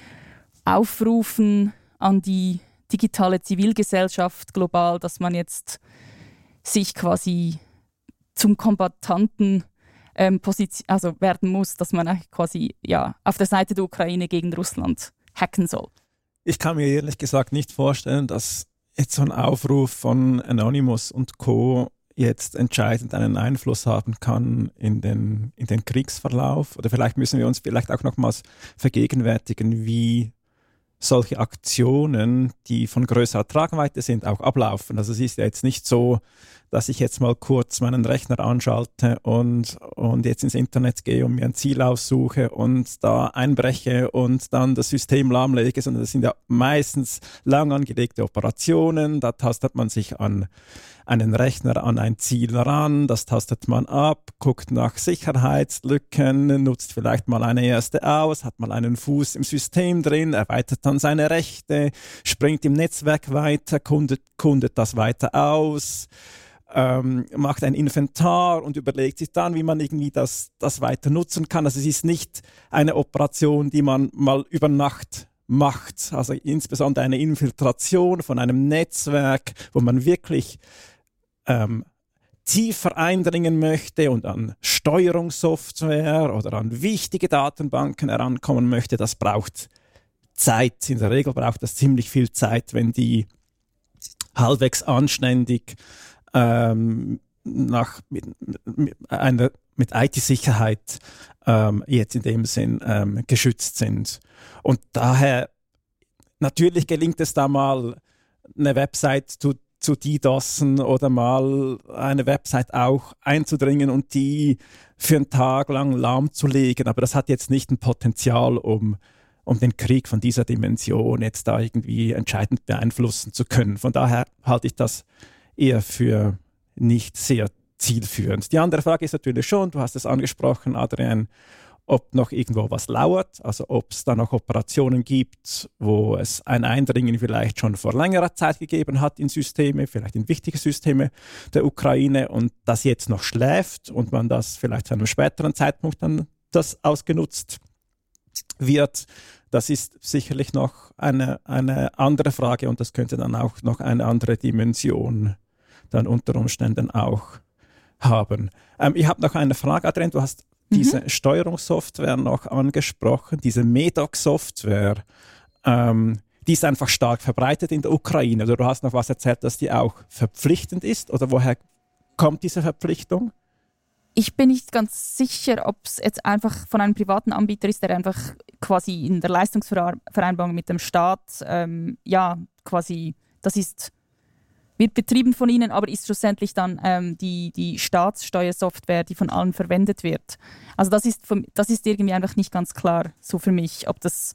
Aufrufen an die digitale Zivilgesellschaft global, dass man jetzt sich quasi zum Kombattanten ähm, also werden muss, dass man quasi ja, auf der Seite der Ukraine gegen Russland hacken soll? Ich kann mir ehrlich gesagt nicht vorstellen, dass jetzt so ein Aufruf von Anonymous und Co. jetzt entscheidend einen Einfluss haben kann in den, in den Kriegsverlauf. Oder vielleicht müssen wir uns vielleicht auch nochmals vergegenwärtigen, wie solche Aktionen, die von größerer Tragweite sind, auch ablaufen. Also es ist ja jetzt nicht so, dass ich jetzt mal kurz meinen Rechner anschalte und, und jetzt ins Internet gehe und mir ein Ziel aussuche und da einbreche und dann das System lahmlege, sondern das sind ja meistens lang angelegte Operationen. Da tastet man sich an einen Rechner an ein Ziel ran, das tastet man ab, guckt nach Sicherheitslücken, nutzt vielleicht mal eine erste aus, hat mal einen Fuß im System drin, erweitert dann seine Rechte, springt im Netzwerk weiter, kundet, kundet das weiter aus, ähm, macht ein Inventar und überlegt sich dann, wie man irgendwie das, das weiter nutzen kann. Also es ist nicht eine Operation, die man mal über Nacht macht, also insbesondere eine Infiltration von einem Netzwerk, wo man wirklich ähm, tiefer eindringen möchte und an Steuerungssoftware oder an wichtige Datenbanken herankommen möchte. Das braucht Zeit. In der Regel braucht das ziemlich viel Zeit, wenn die halbwegs anständig ähm, nach, mit, mit, einer, mit I T-Sicherheit ähm, jetzt in dem Sinn ähm, geschützt sind. Und daher, natürlich gelingt es da mal, eine Website zu, zu DDoSen oder mal eine Website auch einzudringen und die für einen Tag lang lahmzulegen. Aber das hat jetzt nicht ein Potenzial, um, um den Krieg von dieser Dimension jetzt da irgendwie entscheidend beeinflussen zu können. Von daher halte ich das eher für nicht sehr zielführend. Die andere Frage ist natürlich schon, du hast es angesprochen, Adrian, ob noch irgendwo was lauert, also ob es da noch Operationen gibt, wo es ein Eindringen vielleicht schon vor längerer Zeit gegeben hat in Systeme, vielleicht in wichtige Systeme der Ukraine und das jetzt noch schläft und man das vielleicht zu einem späteren Zeitpunkt dann das ausgenutzt wird. Das ist sicherlich noch eine, eine andere Frage und das könnte dann auch noch eine andere Dimension dann unter Umständen auch haben. Ähm, ich habe noch eine Frage, Adrian, du hast diese mhm. Steuerungssoftware noch angesprochen, diese Medoc-Software, ähm, die ist einfach stark verbreitet in der Ukraine. Oder du hast noch was erzählt, dass die auch verpflichtend ist? Oder woher kommt diese Verpflichtung? Ich bin nicht ganz sicher, ob es jetzt einfach von einem privaten Anbieter ist, der einfach quasi in der Leistungsvereinbarung mit dem Staat, ähm, ja, quasi, das ist wird betrieben von ihnen, aber ist schlussendlich dann ähm, die, die Staatssteuersoftware, die von allen verwendet wird. Also das ist, vom, das ist irgendwie einfach nicht ganz klar so für mich, ob das,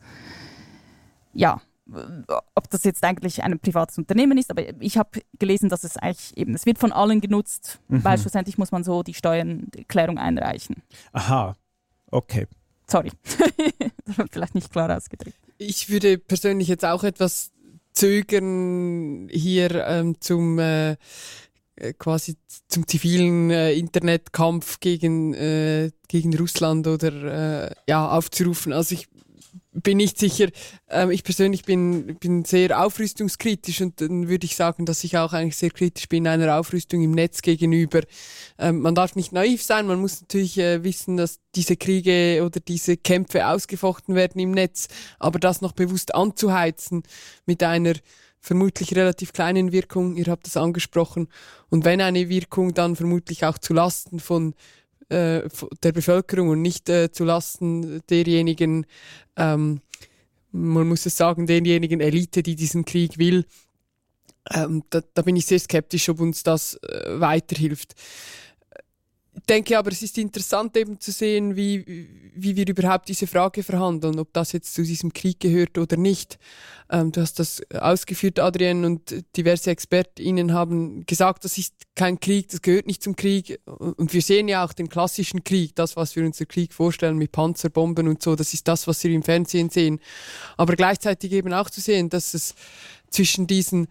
ja, ob das jetzt eigentlich ein privates Unternehmen ist, aber ich habe gelesen, dass es eigentlich eben, es wird von allen genutzt, mhm. weil schlussendlich muss man so die Steuererklärung einreichen. Aha. Okay. Sorry, das war vielleicht nicht klar ausgedrückt. Ich würde persönlich jetzt auch etwas zögern, hier ähm, zum äh, quasi zum zivilen äh, Internetkampf gegen, äh, gegen Russland oder äh, ja, aufzurufen. Also ich bin nicht sicher, ähm, ich persönlich bin, bin sehr aufrüstungskritisch und dann würde ich sagen, dass ich auch eigentlich sehr kritisch bin einer Aufrüstung im Netz gegenüber. Ähm, man darf nicht naiv sein, man muss natürlich äh, wissen, dass diese Kriege oder diese Kämpfe ausgefochten werden im Netz, aber das noch bewusst anzuheizen mit einer vermutlich relativ kleinen Wirkung, ihr habt das angesprochen, und wenn eine Wirkung, dann vermutlich auch zu Lasten von äh, der Bevölkerung und nicht äh, zu Lasten derjenigen, ähm, man muss es sagen, derjenigen Elite, die diesen Krieg will. Ähm, da, da bin ich sehr skeptisch, ob uns das äh, weiterhilft. Ich denke aber, es ist interessant eben zu sehen, wie, wie wir überhaupt diese Frage verhandeln, ob das jetzt zu diesem Krieg gehört oder nicht. Ähm, du hast das ausgeführt, Adrienne, und diverse ExpertInnen haben gesagt, das ist kein Krieg, das gehört nicht zum Krieg. Und wir sehen ja auch den klassischen Krieg, das, was wir uns den Krieg vorstellen mit Panzerbomben und so, das ist das, was wir im Fernsehen sehen. Aber gleichzeitig eben auch zu sehen, dass es zwischen diesen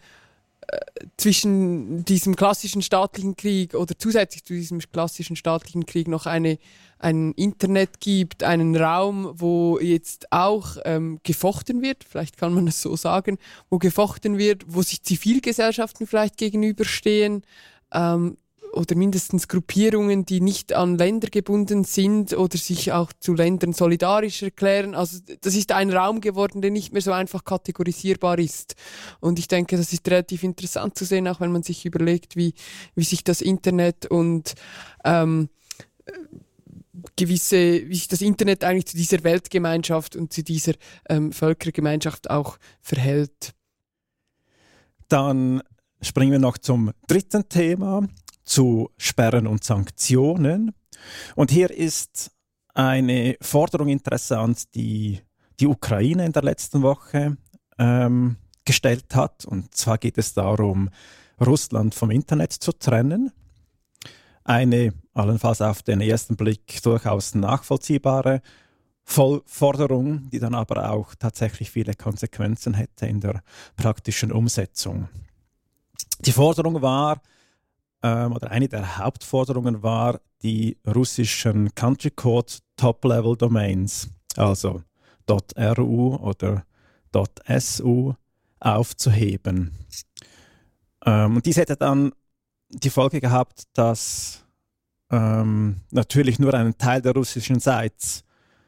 zwischen diesem klassischen staatlichen Krieg oder zusätzlich zu diesem klassischen staatlichen Krieg noch eine, ein Internet gibt, einen Raum, wo jetzt auch ähm, gefochten wird, vielleicht kann man es so sagen, wo gefochten wird, wo sich Zivilgesellschaften vielleicht gegenüberstehen, ähm, oder mindestens Gruppierungen, die nicht an Länder gebunden sind oder sich auch zu Ländern solidarisch erklären. Also das ist ein Raum geworden, der nicht mehr so einfach kategorisierbar ist. Und ich denke, das ist relativ interessant zu sehen, auch wenn man sich überlegt, wie, wie sich das Internet und ähm, gewisse, wie sich das Internet eigentlich zu dieser Weltgemeinschaft und zu dieser ähm, Völkergemeinschaft auch verhält. Dann springen wir noch zum dritten Thema, zu Sperren und Sanktionen. Und hier ist eine Forderung interessant, die die Ukraine in der letzten Woche ähm, gestellt hat. Und zwar geht es darum, Russland vom Internet zu trennen. Eine allenfalls auf den ersten Blick durchaus nachvollziehbare Forderung, die dann aber auch tatsächlich viele Konsequenzen hätte in der praktischen Umsetzung. Die Forderung war, ähm, oder eine der Hauptforderungen war, die russischen Country Code Top-Level Domains, also .ru oder .su, aufzuheben. Ähm, und dies hätte dann die Folge gehabt, dass ähm, natürlich nur ein Teil der russischen Sites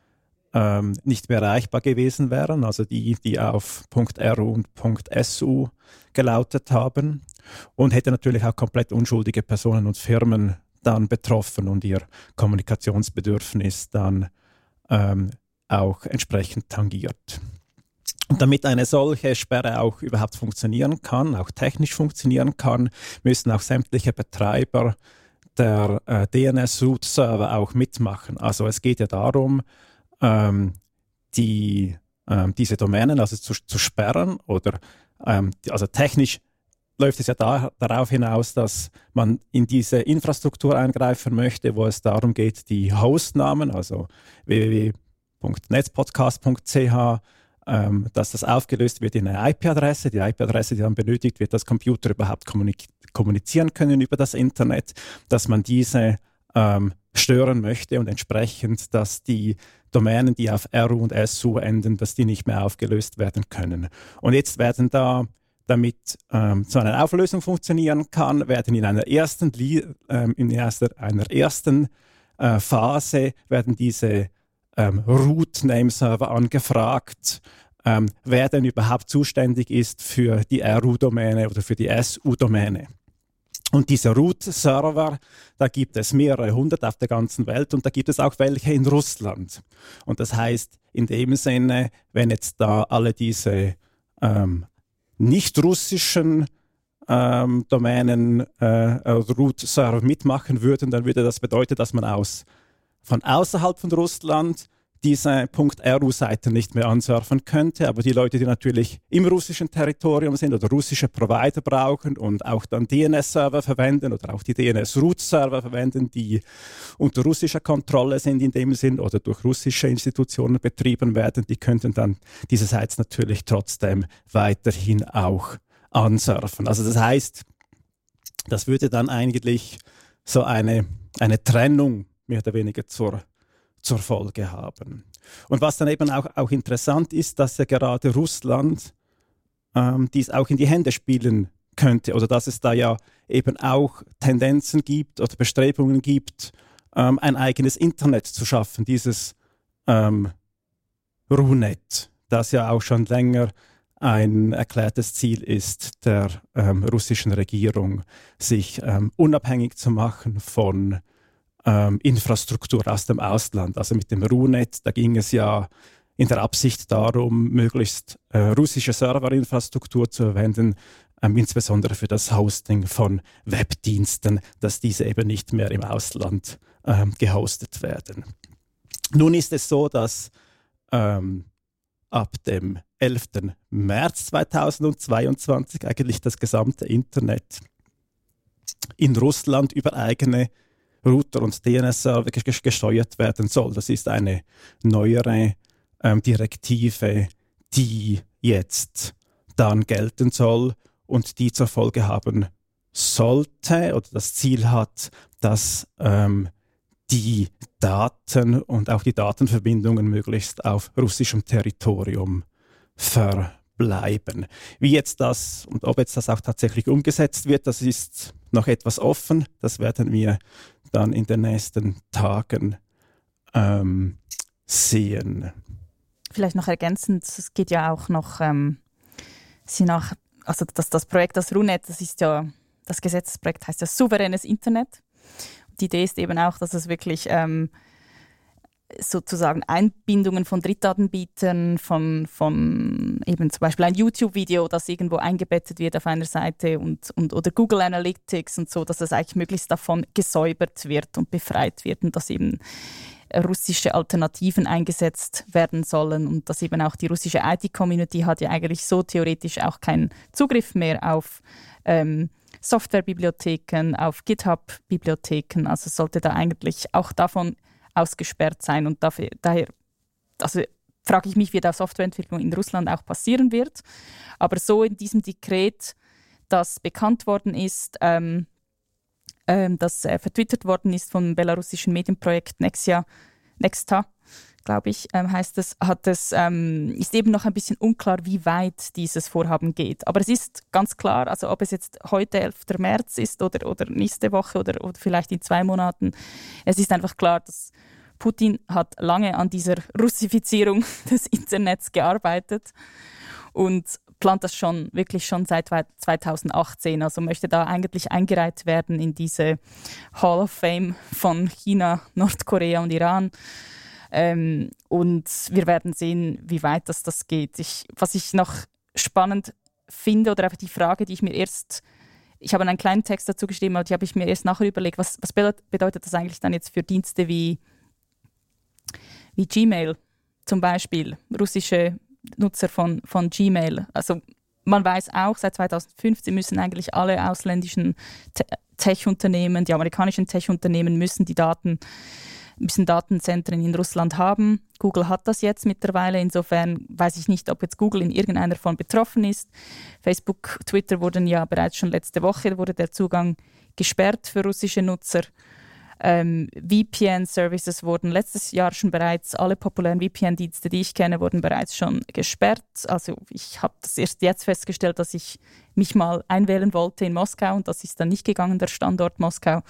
ähm, nicht mehr erreichbar gewesen wären, also die, die auf .ru und .su gelautet haben, und hätte natürlich auch komplett unschuldige Personen und Firmen dann betroffen und ihr Kommunikationsbedürfnis dann ähm, auch entsprechend tangiert. Und damit eine solche Sperre auch überhaupt funktionieren kann, auch technisch funktionieren kann, müssen auch sämtliche Betreiber der äh, D N S-Root-Server auch mitmachen. Also es geht ja darum, ähm, die, ähm, diese Domänen also zu, zu sperren oder ähm, die, also technisch läuft es ja da, darauf hinaus, dass man in diese Infrastruktur eingreifen möchte, wo es darum geht, die Hostnamen, also w w w punkt netzpodcast punkt c h, ähm, dass das aufgelöst wird in eine I P-Adresse. Die I P-Adresse, die dann benötigt wird, dass Computer überhaupt kommunik- kommunizieren können über das Internet, dass man diese ähm, stören möchte und entsprechend, dass die Domänen, die auf ru und su enden, dass die nicht mehr aufgelöst werden können. Und jetzt werden da, damit ähm, so eine Auflösung funktionieren kann, werden in einer ersten, ähm, in erster, einer ersten äh, Phase werden diese ähm, Root-Name-Server angefragt, ähm, wer denn überhaupt zuständig ist für die ru-Domäne oder für die su-Domäne. Und diese Root-Server, da gibt es mehrere hundert auf der ganzen Welt und da gibt es auch welche in Russland. Und das heißt, in dem Sinne, wenn jetzt da alle diese ähm, nicht russischen ähm, Domänen äh, Root-Server mitmachen würden, dann würde das bedeuten, dass man aus, von außerhalb von Russland diese .ru-Seite nicht mehr ansurfen könnte, aber die Leute, die natürlich im russischen Territorium sind oder russische Provider brauchen und auch dann D N S-Server verwenden oder auch die D N S-Root-Server verwenden, die unter russischer Kontrolle sind in dem Sinn oder durch russische Institutionen betrieben werden, die könnten dann diese Sites natürlich trotzdem weiterhin auch ansurfen. Also das heißt, das würde dann eigentlich so eine, eine Trennung mehr oder weniger zur zur Folge haben. Und was dann eben auch, auch interessant ist, dass ja gerade Russland ähm, dies auch in die Hände spielen könnte oder dass es da ja eben auch Tendenzen gibt oder Bestrebungen gibt, ähm, ein eigenes Internet zu schaffen, dieses ähm, RuNet, das ja auch schon länger ein erklärtes Ziel ist der ähm, russischen Regierung, sich ähm, unabhängig zu machen von Ähm, Infrastruktur aus dem Ausland. Also mit dem RuNet, da ging es ja in der Absicht darum, möglichst äh, russische Serverinfrastruktur zu verwenden, ähm, insbesondere für das Hosting von Webdiensten, dass diese eben nicht mehr im Ausland ähm, gehostet werden. Nun ist es so, dass ähm, ab dem elften März zweitausendzweiundzwanzig eigentlich das gesamte Internet in Russland über eigene Router und D N S-Server gesteuert werden soll. Das ist eine neuere ähm, Direktive, die jetzt dann gelten soll und die zur Folge haben sollte oder das Ziel hat, dass ähm, die Daten und auch die Datenverbindungen möglichst auf russischem Territorium verbleiben. Wie jetzt das und ob jetzt das auch tatsächlich umgesetzt wird, das ist noch etwas offen. Das werden wir dann in den nächsten Tagen ähm, sehen. Vielleicht noch ergänzend, es geht ja auch noch, ähm, sie nach, also das, das Projekt, das RuNet, das ist ja, das Gesetzesprojekt heißt ja souveränes Internet. Die Idee ist eben auch, dass es wirklich ähm, sozusagen Einbindungen von Drittdatenbietern, von, von eben zum Beispiel ein YouTube-Video, das irgendwo eingebettet wird auf einer Seite und, und, oder Google Analytics und so, dass es eigentlich möglichst davon gesäubert wird und befreit wird und dass eben russische Alternativen eingesetzt werden sollen und dass eben auch die russische I T-Community hat ja eigentlich so theoretisch auch keinen Zugriff mehr auf ähm, Softwarebibliotheken, auf GitHub-Bibliotheken, also sollte da eigentlich auch davon ausgesperrt sein und dafür, daher also frage ich mich, wie da Softwareentwicklung in Russland auch passieren wird. Aber so in diesem Dekret, das bekannt worden ist, ähm, ähm, das äh, vertwittert worden ist vom belarussischen Medienprojekt Nexia, Nexta, glaube ich, ähm, heißt es, hat es, ähm, ist eben noch ein bisschen unklar, wie weit dieses Vorhaben geht. Aber es ist ganz klar, also ob es jetzt heute elfter März ist oder, oder nächste Woche oder, oder vielleicht in zwei Monaten, es ist einfach klar, dass Putin hat lange an dieser Russifizierung des Internets gearbeitet und plant das schon wirklich schon seit zweitausendachtzehn. Also möchte da eigentlich eingereiht werden in diese Hall of Fame von China, Nordkorea und Iran. Ähm, und wir werden sehen, wie weit das, das geht. Ich, was ich noch spannend finde oder einfach die Frage, die ich mir erst, ich habe einen kleinen Text dazu geschrieben, aber die habe ich mir erst nachher überlegt, was, was bedeutet das eigentlich dann jetzt für Dienste wie, wie Gmail zum Beispiel, russische Nutzer von, von Gmail. Also man weiß auch, seit zweitausendfünfzehn müssen eigentlich alle ausländischen Te- Tech-Unternehmen, die amerikanischen Tech-Unternehmen müssen die Daten müssen Datenzentren in Russland haben. Google hat das jetzt mittlerweile. Insofern weiß ich nicht, ob jetzt Google in irgendeiner Form betroffen ist. Facebook, Twitter wurden ja bereits schon letzte Woche wurde der Zugang gesperrt für russische Nutzer. Ähm, V P N-Services wurden letztes Jahr schon bereits, alle populären V P N-Dienste, die ich kenne, wurden bereits schon gesperrt. Also ich habe das erst jetzt festgestellt, dass ich mich mal einwählen wollte in Moskau und das ist dann nicht gegangen, der Standort Moskau.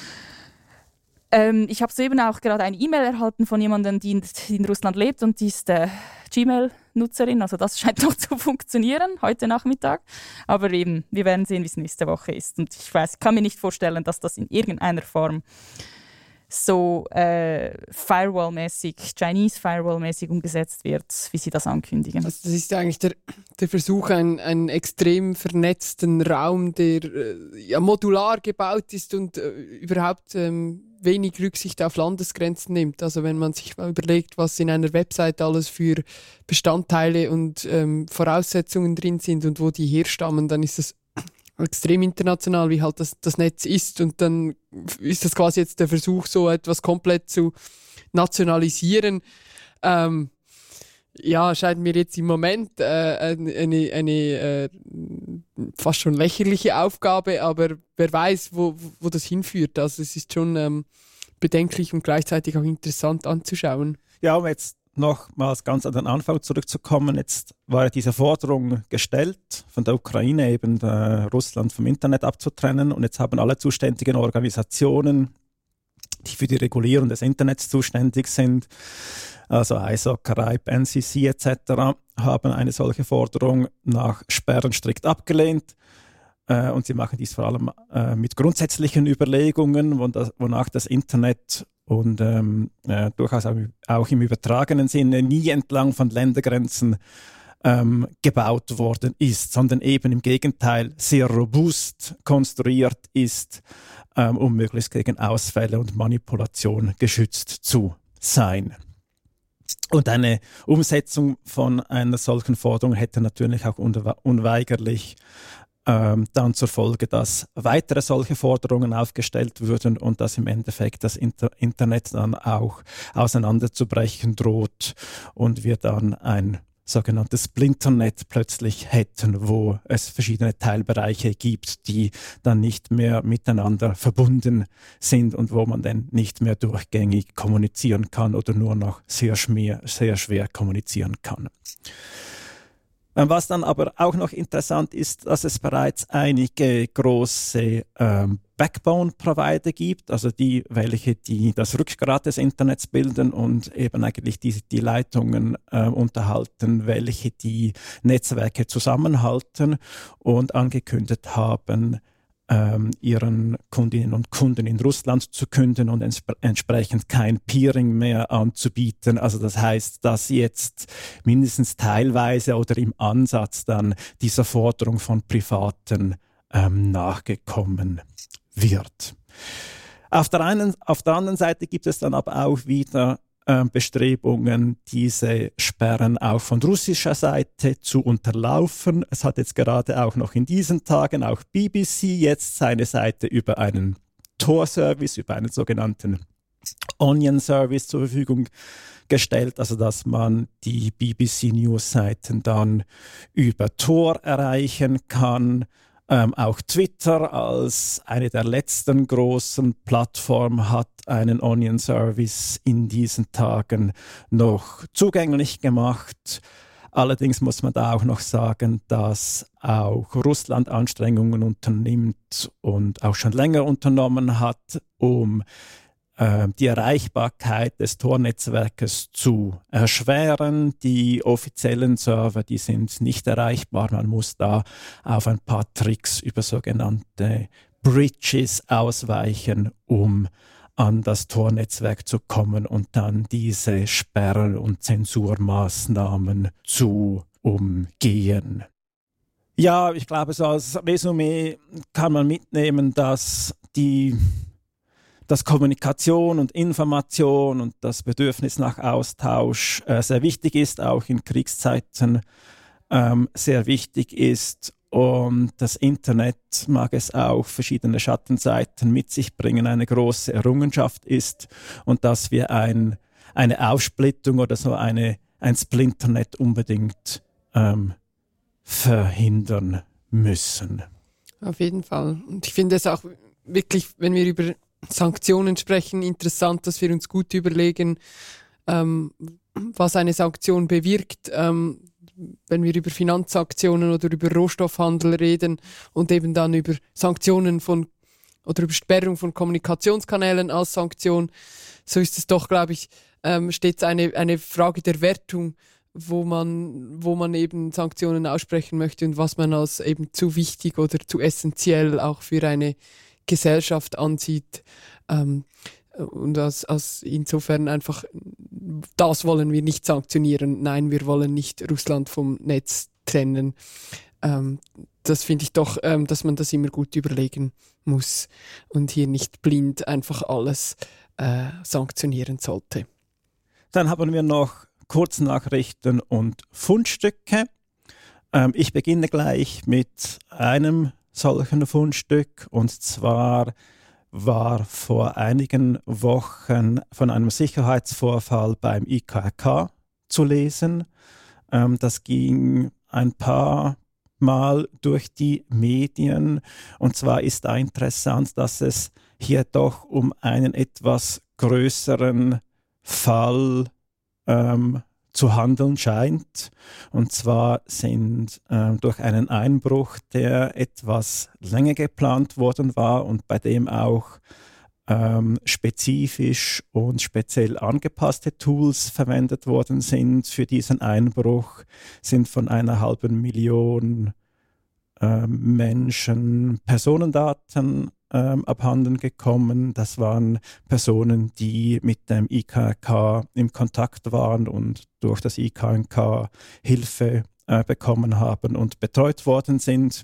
Ähm, ich habe soeben auch gerade eine E-Mail erhalten von jemandem, die in, die in Russland lebt und die ist äh, Gmail-Nutzerin. Also das scheint noch zu funktionieren, heute Nachmittag. Aber eben, wir werden sehen, wie es nächste Woche ist. Und ich weiß, kann mir nicht vorstellen, dass das in irgendeiner Form so äh, Firewall-mäßig, Chinese Firewall-mäßig umgesetzt wird, wie sie das ankündigen. Also das ist eigentlich der, der Versuch, einen, einen extrem vernetzten Raum, der äh, ja, modular gebaut ist und äh, überhaupt ähm, wenig Rücksicht auf Landesgrenzen nimmt. Also wenn man sich mal überlegt, was in einer Website alles für Bestandteile und ähm, Voraussetzungen drin sind und wo die herstammen, dann ist das extrem international, wie halt das, das Netz ist. Und dann ist das quasi jetzt der Versuch, so etwas komplett zu nationalisieren. Ähm, ja, scheint mir jetzt im Moment äh, eine, eine, eine äh, fast schon lächerliche Aufgabe, aber wer weiß, wo, wo das hinführt. Also es ist schon ähm, bedenklich und gleichzeitig auch interessant anzuschauen. Ja, um jetzt nochmals ganz an den Anfang zurückzukommen, jetzt war diese Forderung gestellt von der Ukraine, eben der Russland vom Internet abzutrennen, und jetzt haben alle zuständigen Organisationen, die für die Regulierung des Internets zuständig sind, also I S O C, R I P, N C C et cetera, haben eine solche Forderung nach Sperren strikt abgelehnt. Äh, und sie machen dies vor allem äh, mit grundsätzlichen Überlegungen, wo das, wonach das Internet und ähm, äh, durchaus auch, auch im übertragenen Sinne nie entlang von Ländergrenzen ähm, gebaut worden ist, sondern eben im Gegenteil sehr robust konstruiert ist, ähm, um möglichst gegen Ausfälle und Manipulation geschützt zu sein. Und eine Umsetzung von einer solchen Forderung hätte natürlich auch unwe- unweigerlich ähm, dann zur Folge, dass weitere solche Forderungen aufgestellt würden und dass im Endeffekt das Inter- Internet dann auch auseinanderzubrechen droht und wir dann ein sogenanntes Splinternet plötzlich hätten, wo es verschiedene Teilbereiche gibt, die dann nicht mehr miteinander verbunden sind und wo man dann nicht mehr durchgängig kommunizieren kann oder nur noch sehr schwer, sehr schwer kommunizieren kann. Was dann aber auch noch interessant ist, dass es bereits einige große ähm, Backbone-Provider gibt, also die, welche die das Rückgrat des Internets bilden und eben eigentlich die, die Leitungen äh, unterhalten, welche die Netzwerke zusammenhalten und angekündigt haben, ähm, ihren Kundinnen und Kunden in Russland zu künden und ents- entsprechend kein Peering mehr anzubieten. Also das heißt, dass jetzt mindestens teilweise oder im Ansatz dann dieser Forderung von Privaten ähm, nachgekommen wird. Auf der einen, auf der anderen Seite gibt es dann aber auch wieder äh, Bestrebungen, diese Sperren auch von russischer Seite zu unterlaufen. Es hat jetzt gerade auch noch in diesen Tagen auch B B C jetzt seine Seite über einen Tor-Service, über einen sogenannten Onion-Service zur Verfügung gestellt, also dass man die B B C News-Seiten dann über Tor erreichen kann. Ähm, auch Twitter als eine der letzten großen Plattformen hat einen Onion-Service in diesen Tagen noch zugänglich gemacht. Allerdings muss man da auch noch sagen, dass auch Russland Anstrengungen unternimmt und auch schon länger unternommen hat, um die Erreichbarkeit des Tor-Netzwerkes zu erschweren. Die offiziellen Server, die sind nicht erreichbar. Man muss da auf ein paar Tricks über sogenannte Bridges ausweichen, um an das Tor-Netzwerk zu kommen und dann diese Sperren- und Zensurmaßnahmen zu umgehen. Ja, ich glaube, so als Resümee kann man mitnehmen, dass die dass Kommunikation und Information und das Bedürfnis nach Austausch äh, sehr wichtig ist, auch in Kriegszeiten ähm, sehr wichtig ist. Und das Internet, mag es auch verschiedene Schattenseiten mit sich bringen, eine große Errungenschaft ist und dass wir ein, eine Aufsplittung oder so eine, ein Splinternet unbedingt ähm, verhindern müssen. Auf jeden Fall. Und ich finde es auch wirklich, wenn wir über Sanktionen sprechen, interessant, dass wir uns gut überlegen, ähm, was eine Sanktion bewirkt, ähm, wenn wir über Finanzsanktionen oder über Rohstoffhandel reden und eben dann über Sanktionen von oder über Sperrung von Kommunikationskanälen als Sanktion, so ist es doch, glaube ich, ähm, stets eine, eine Frage der Wertung, wo man, wo man eben Sanktionen aussprechen möchte und was man als eben zu wichtig oder zu essentiell auch für eine Gesellschaft ansieht. Ähm, Und als, als insofern einfach, das wollen wir nicht sanktionieren. Nein, wir wollen nicht Russland vom Netz trennen. Ähm, das finde ich doch, ähm, dass man das immer gut überlegen muss und hier nicht blind einfach alles äh, sanktionieren sollte. Dann haben wir noch Kurznachrichten und Fundstücke. Ähm, ich beginne gleich mit einem solchen Fundstück, und zwar war vor einigen Wochen von einem Sicherheitsvorfall beim I K R K zu lesen. Ähm, das ging ein paar Mal durch die Medien, und zwar ist da interessant, dass es hier doch um einen etwas größeren Fall ähm, zu handeln scheint. Und zwar sind ähm, durch einen Einbruch, der etwas länger geplant worden war und bei dem auch ähm, spezifisch und speziell angepasste Tools verwendet worden sind für diesen Einbruch, sind von einer halben Million ähm, Menschen Personendaten ähm, abhanden gekommen. Das waren Personen, die mit dem I K R K im Kontakt waren und durch das I K R K Hilfe äh, bekommen haben und betreut worden sind.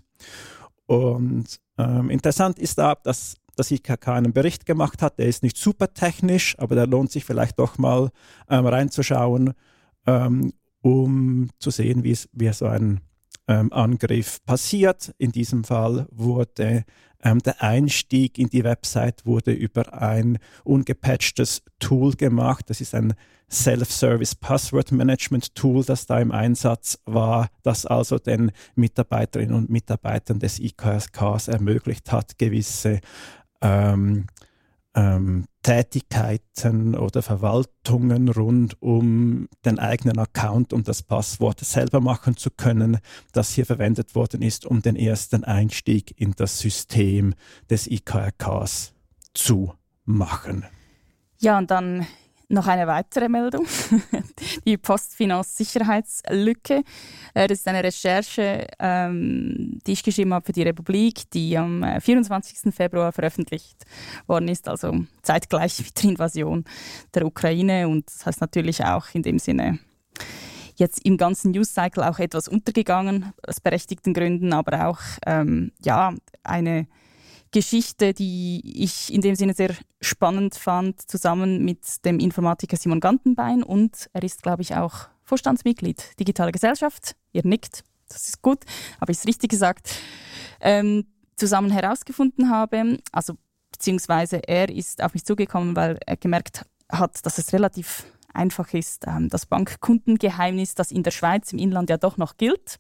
Und ähm, interessant ist da, dass das I K R K einen Bericht gemacht hat. Der ist nicht super technisch, aber der lohnt sich vielleicht doch mal ähm, reinzuschauen, ähm, um zu sehen, wie, wie so ein ähm, Angriff passiert. In diesem Fall wurde ähm, der Einstieg in die Website wurde über ein ungepatchtes Tool gemacht. Das ist ein Self-Service Password Management Tool, das da im Einsatz war, das also den Mitarbeiterinnen und Mitarbeitern des I K R Ks ermöglicht hat, gewisse ähm, ähm, Tätigkeiten oder Verwaltungen rund um den eigenen Account und das Passwort selber machen zu können, das hier verwendet worden ist, um den ersten Einstieg in das System des I K R Ks zu machen. Ja, und dann noch eine weitere Meldung, die Postfinanz-Sicherheitslücke. Das ist eine Recherche, ähm, die ich geschrieben habe für die Republik, die am vierundzwanzigsten Februar veröffentlicht worden ist, also zeitgleich mit der Invasion der Ukraine. Und das heißt natürlich auch in dem Sinne jetzt im ganzen News-Cycle auch etwas untergegangen, aus berechtigten Gründen, aber auch ähm, ja, eine Geschichte, die ich in dem Sinne sehr spannend fand, zusammen mit dem Informatiker Simon Gantenbein, und er ist, glaube ich, auch Vorstandsmitglied Digitale Gesellschaft. Ihr nickt, das ist gut, habe ich es richtig gesagt. Ähm, zusammen herausgefunden habe, also beziehungsweise er ist auf mich zugekommen, weil er gemerkt hat, dass es relativ einfach ist, ähm, das Bankkundengeheimnis, das in der Schweiz im Inland ja doch noch gilt,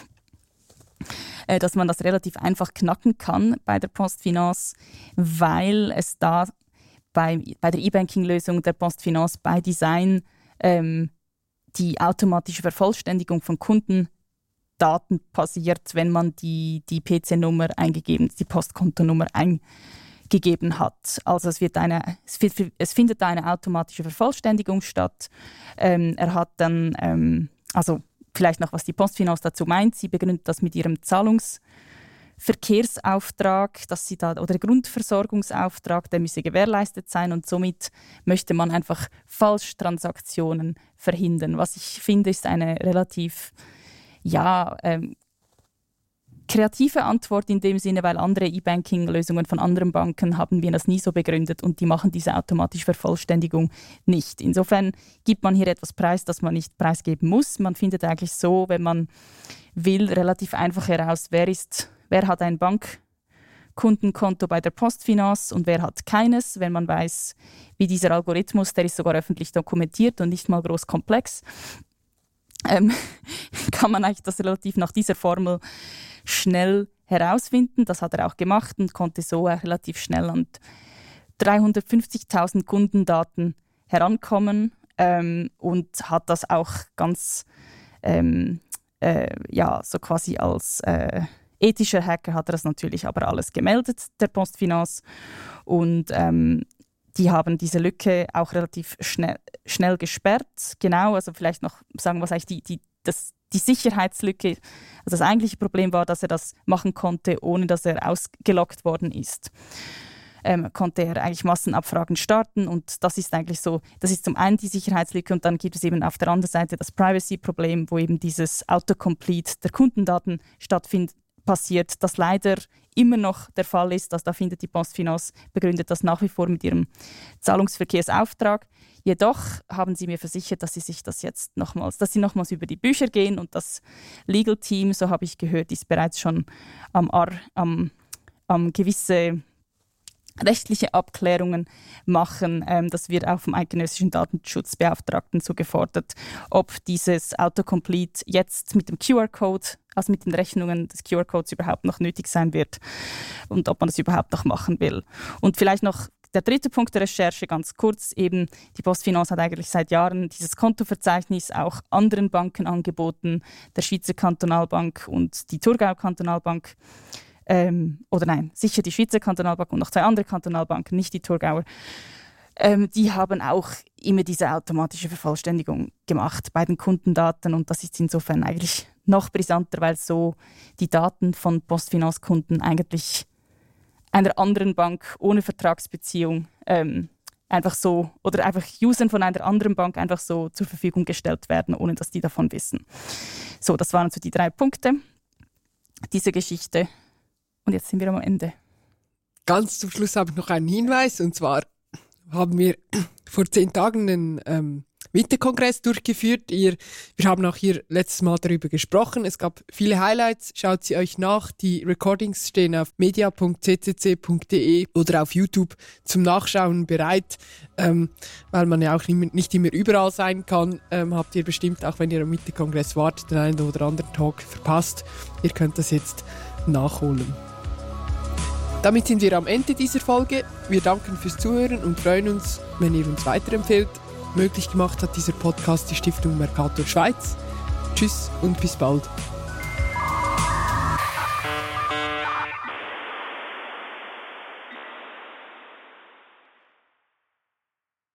dass man das relativ einfach knacken kann bei der Postfinanz, weil es da bei, bei der E-Banking-Lösung der Postfinanz bei Design ähm, die automatische Vervollständigung von Kundendaten passiert, wenn man die, die P C-Nummer eingegeben, die Postkontonummer eingegeben hat. Also es, wird eine, es, wird, es findet da eine automatische Vervollständigung statt. Ähm, er hat dann, ähm, also vielleicht noch, was die Postfinanz dazu meint. Sie begründet das mit ihrem Zahlungsverkehrsauftrag, dass sie da, oder Grundversorgungsauftrag, der müsse gewährleistet sein, und somit möchte man einfach Falschtransaktionen verhindern. Was ich finde, ist eine relativ ja, ähm, kreative Antwort in dem Sinne, weil andere E-Banking-Lösungen von anderen Banken haben wir das nie so begründet und die machen diese automatische Vervollständigung nicht. Insofern gibt man hier etwas preis, das man nicht preisgeben muss. Man findet eigentlich so, wenn man will, relativ einfach heraus, wer, ist, wer hat ein Bankkundenkonto bei der Postfinanz und wer hat keines. Wenn man weiß, wie dieser Algorithmus, der ist sogar öffentlich dokumentiert und nicht mal groß komplex, ähm, kann man eigentlich das relativ nach dieser Formel schnell herausfinden. Das hat er auch gemacht und konnte so relativ schnell an dreihundertfünfzigtausend Kundendaten herankommen, ähm, und hat das auch ganz, ähm, äh, ja, so quasi als äh, ethischer Hacker hat er das natürlich aber alles gemeldet, der Postfinanz. Und ähm, die haben diese Lücke auch relativ schnell, schnell gesperrt. Genau, also vielleicht noch sagen, was eigentlich die, die, das, die Sicherheitslücke, also das eigentliche Problem war, dass er das machen konnte, ohne dass er ausgelockt worden ist. ähm, konnte er eigentlich Massenabfragen starten und das ist eigentlich so, das ist zum einen die Sicherheitslücke und dann gibt es eben auf der anderen Seite das Privacy-Problem, wo eben dieses Autocomplete der Kundendaten stattfindet, passiert, das leider immer noch der Fall ist. Also da findet die PostFinance, begründet das nach wie vor mit ihrem Zahlungsverkehrsauftrag. Jedoch haben sie mir versichert, dass sie sich das jetzt nochmals, dass sie nochmals über die Bücher gehen und das Legal Team, so habe ich gehört, ist bereits schon am, am, am gewisse rechtliche Abklärungen machen. Ähm, das wird auch vom eidgenössischen Datenschutzbeauftragten so gefordert, ob dieses Autocomplete jetzt mit dem Q R-Code, also mit den Rechnungen des Q R-Codes überhaupt noch nötig sein wird und ob man das überhaupt noch machen will. Und vielleicht noch der dritte Punkt der Recherche, ganz kurz, eben die PostFinance hat eigentlich seit Jahren dieses Kontoverzeichnis auch anderen Banken angeboten, der Schweizer Kantonalbank und die Thurgauer Kantonalbank. Ähm, oder nein, sicher die Schweizer Kantonalbank und noch zwei andere Kantonalbanken, nicht die Thurgauer. Ähm, die haben auch immer diese automatische Vervollständigung gemacht bei den Kundendaten und das ist insofern eigentlich noch brisanter, weil so die Daten von PostFinance-Kunden eigentlich einer anderen Bank ohne Vertragsbeziehung ähm, einfach so oder einfach Usern von einer anderen Bank einfach so zur Verfügung gestellt werden, ohne dass die davon wissen. So, das waren so die drei Punkte dieser Geschichte. Und jetzt sind wir am Ende. Ganz zum Schluss habe ich noch einen Hinweis. Und zwar haben wir vor zehn Tagen einen ähm, Winterkongress durchgeführt. Ihr, wir haben auch hier letztes Mal darüber gesprochen. Es gab viele Highlights. Schaut sie euch nach. Die Recordings stehen auf media punkt c c c punkt d e oder auf YouTube zum Nachschauen bereit. Ähm, weil man ja auch nicht immer überall sein kann, ähm, habt ihr bestimmt, auch wenn ihr am Winterkongress wart, den einen oder anderen Talk verpasst. Ihr könnt das jetzt nachholen. Damit sind wir am Ende dieser Folge. Wir danken fürs Zuhören und freuen uns, wenn ihr uns weiterempfehlt. Möglich gemacht hat dieser Podcast die Stiftung Mercator Schweiz. Tschüss und bis bald.